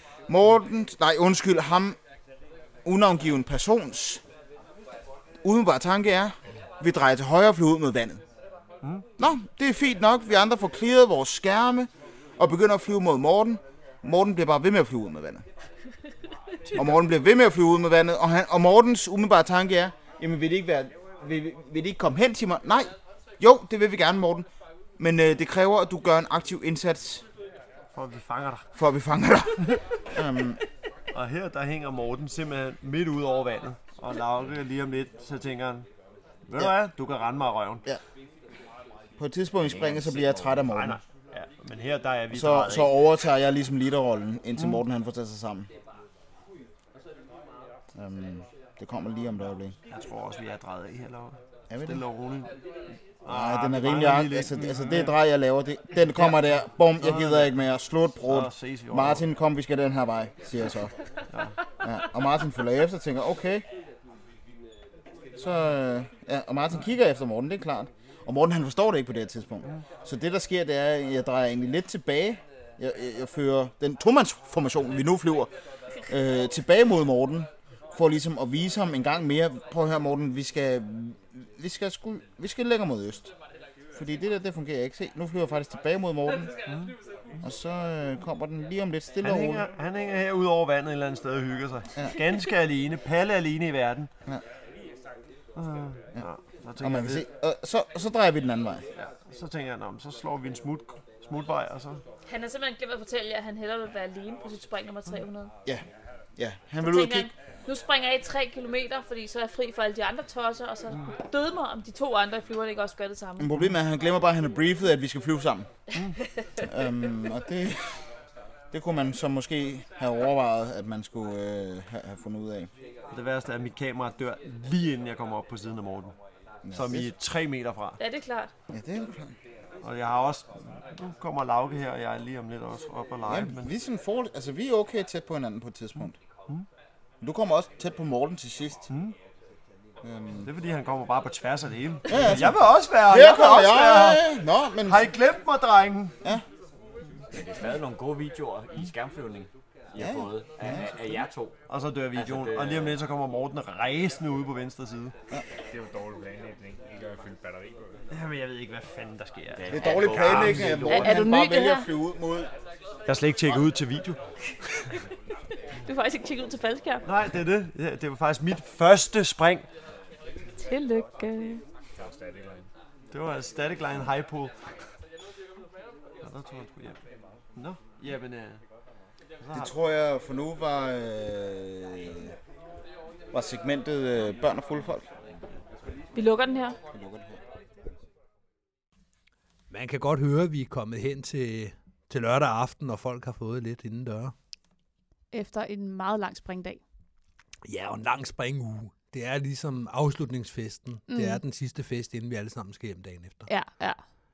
Ham unavngiven persons umiddelbare tanke er, vi drejer til højre og flyver ud mod vandet. Nå, det er fint nok. Vi andre får clearet vores skærme og begynder at flyve mod Morten. Morten bliver bare ved med at flyve ud med vandet. Og Morten bliver ved med at flyve ud med vandet, og Mortens umiddelbare tanke er, jamen vil det ikke komme hen til mig? Nej, jo, det vil vi gerne, Morten. Men det kræver, at du gør en aktiv indsats. For at vi fanger dig. Og her, der hænger Morten simpelthen midt ude over vandet. Og Lauke lige om lidt, så tænker han, ved du hvad, du kan rende mig i røven. Ja. På et tidspunkt i springet, så bliver jeg træt af Morten. Nej. Ja, men her, der er vi så overtager jeg ligesom leaderrollen, indtil Morten han får taget sig sammen. Det kommer lige om et øjeblik. Jeg tror også, vi er drejet af her, Lauke. Er vi det? Stille og roligt. Nej, den er rimelig altså det drej, jeg laver, den kommer der. Bum, jeg gider ikke mere. Slut, brud. Martin, kom, vi skal den her vej, siger jeg så. Ja, og Martin følger efter og tænker, okay. Og Martin kigger efter Morten, det er klart. Og Morten, han forstår det ikke på det her tidspunkt. Så det, der sker, det er, at jeg drejer egentlig lidt tilbage. Jeg fører den tomandsformation, vi nu flyver, tilbage mod Morten. For ligesom at vise ham en gang mere. Prøv at høre, Morten, vi skal længere mod øst. Fordi det fungerer ikke. Se, nu flyver jeg faktisk tilbage mod Morten. Og så kommer den lige om lidt stille og roligt. Han hænger her ud over vandet et eller andet sted og hygger sig. Ja. Ganske alene. Palle alene i verden. Ja. Og man kan se, så drejer vi den anden vej. Ja, så tænker jeg, så slår vi en smutvej, og så... Han har simpelthen glemt at fortælle jer, at han hellere vil være alene på sit spring nummer 300. Ja, han vil ud og kigge. Nu springer jeg 3 kilometer, fordi så er jeg fri for alle de andre tosser, og så døde mig, om de 2 andre i flyverne ikke også gør det samme. Men problemet er, at han glemmer bare, at han er briefet, at vi skal flyve sammen. Og det kunne man så måske have overvejet, at man skulle have fundet ud af. Det værste er, at mit kamera dør lige inden jeg kommer op på siden af Morten. Som i 3 meter fra. Ja, det er klart. Ja, det er klart. Og jeg har også... Nu kommer Lauke her, og jeg er lige om lidt også op og lege. Ja, men... vi er okay tæt på hinanden på et tidspunkt. Du kommer også tæt på Morten til sidst. Det er fordi, han kommer bare på tværs af det hele. Ja, altså. Jeg vil også være her. Nå, men... Har I glemt mig, drengen? Ja. Men det er stadig nogle gode videoer i skærmflyvning, I har fået af jer 2. Og så dør videoen, og lige om lidt, så kommer Morten ræsende ude på venstre side. Ja. Det var dårlig planlægning. Ikke at fylde batteri på. Jamen, jeg ved ikke, hvad fanden der sker. Det er dårlig planlægning, at Morten han bare vælger at flyve ud mod... Jeg har slet ikke tjekket ud til video. Du har faktisk ikke tjekket ud til faldskærm. Nej, det er det. Ja, det var faktisk mit første spring. Tillykke. Det var static line high pool. Ja, der tror jeg, sgu hjem. Nå, jamen... Det tror jeg for nu var segmentet børn og fulde folk. Vi lukker den her. Man kan godt høre, at vi er kommet hen til lørdag aften, og folk har fået lidt indendør. Efter en meget lang springdag. Ja, og en lang springuge. Det er ligesom afslutningsfesten. Det er den sidste fest, inden vi alle sammen skal hjem dagen efter. Ja.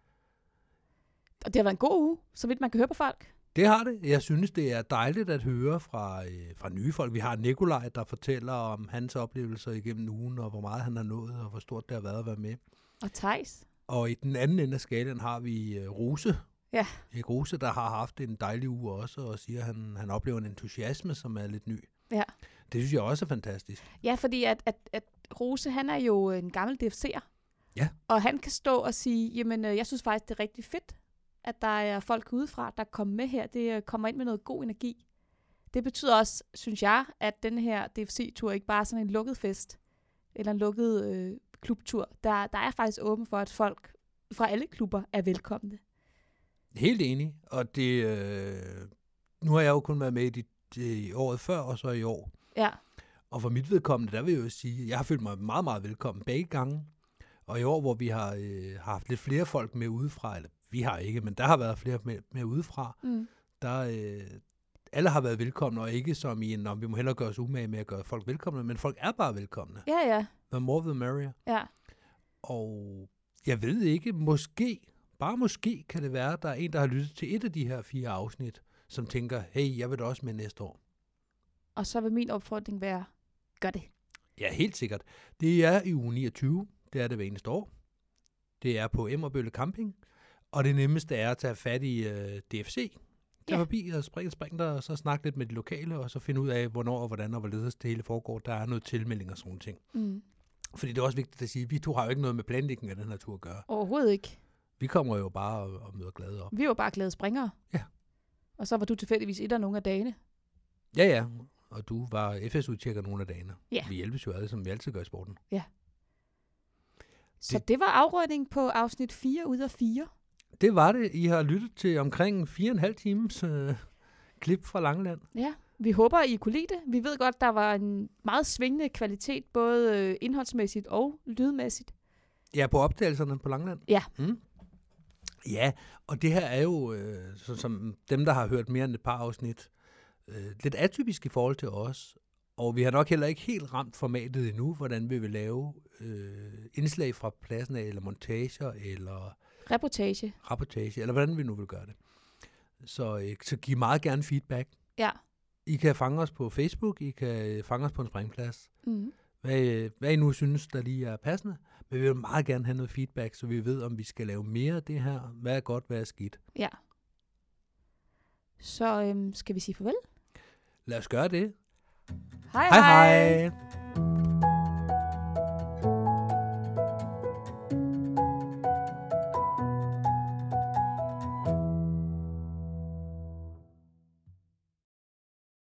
Og det har været en god uge, så vidt man kan høre på folk. Det har det. Jeg synes, det er dejligt at høre fra nye folk. Vi har Nikolaj, der fortæller om hans oplevelser igennem ugen, og hvor meget han har nået, og hvor stort det har været at være med. Og Theis. Og i den anden ende af skalaen har vi Rose. Ja. Rose, der har haft en dejlig uge også, og siger, at han oplever en entusiasme, som er lidt ny. Ja. Det synes jeg også er fantastisk. Ja, fordi at Rose, han er jo en gammel DFC'er. Ja. Og han kan stå og sige, jamen, jeg synes faktisk, det er rigtig fedt, at der er folk udefra, der kommer med her. Det kommer ind med noget god energi. Det betyder også, synes jeg, at den her DFC-tur ikke bare er sådan en lukket fest, eller en lukket klubtur. Der er faktisk åben for, at folk fra alle klubber er velkomne. Helt enig. Og det, nu har jeg jo kun været med i året før, og så i år. Ja. Og for mit vedkommende, der vil jeg jo sige, at jeg har følt mig meget, meget velkommen begge gange. Og i år, hvor vi har haft lidt flere folk med udefra, eller vi har ikke, men der har været flere med udefra, der alle har været velkomne, og ikke som i en, vi må hellere gøre os umage med at gøre folk velkomne, men folk er bare velkomne. Ja. The more the merrier. Ja. Og jeg ved ikke, bare måske kan det være, at der er en, der har lyttet til et af de her 4 afsnit, som tænker, hey, jeg vil da også med næste år. Og så vil min opfordring være, gør det. Ja, helt sikkert. Det er i uge 29, det er det hver eneste år. Det er på Emmerbølle Camping, og det nemmeste er at tage fat i DFC. Tag forbi og spring der, og så snakke lidt med de lokale, og så finde ud af, hvornår og hvordan og hvorledes det hele foregår. Der er noget tilmelding og sådan ting. Fordi det er også vigtigt at sige, at vi to har jo ikke noget med planlægning af den her tur at gøre. Overhovedet ikke. Vi kommer jo bare og møder glade op. Vi var bare glade springere. Ja. Og så var du tilfældigvis et af nogle af dagene. Ja. Og du var FS-udtjekker nogle af dagene. Ja. Vi hjælpes jo alle, som vi altid gør i sporten. Ja. Så det var afrunding på afsnit 4 ud af 4. Det var det. I har lyttet til omkring 4,5 times klip fra Langeland. Ja, vi håber, I kunne lide det. Vi ved godt, der var en meget svingende kvalitet, både indholdsmæssigt og lydmæssigt. Ja, på optagelserne på Langeland. Ja. Ja, og det her er jo, som dem, der har hørt mere end et par afsnit, lidt atypisk i forhold til os. Og vi har nok heller ikke helt ramt formatet endnu, hvordan vi vil lave indslag fra pladsen af, eller montager, eller Rapportage, eller hvordan vi nu vil gøre det. Så giv meget gerne feedback. Ja. I kan fange os på Facebook, I kan fange os på en springplads. Hvad I nu synes, der lige er passende. Men vi vil meget gerne have noget feedback, så vi ved, om vi skal lave mere af det her. Hvad er godt, hvad er skidt. Ja. Så skal vi sige farvel? Lad os gøre det. Hej.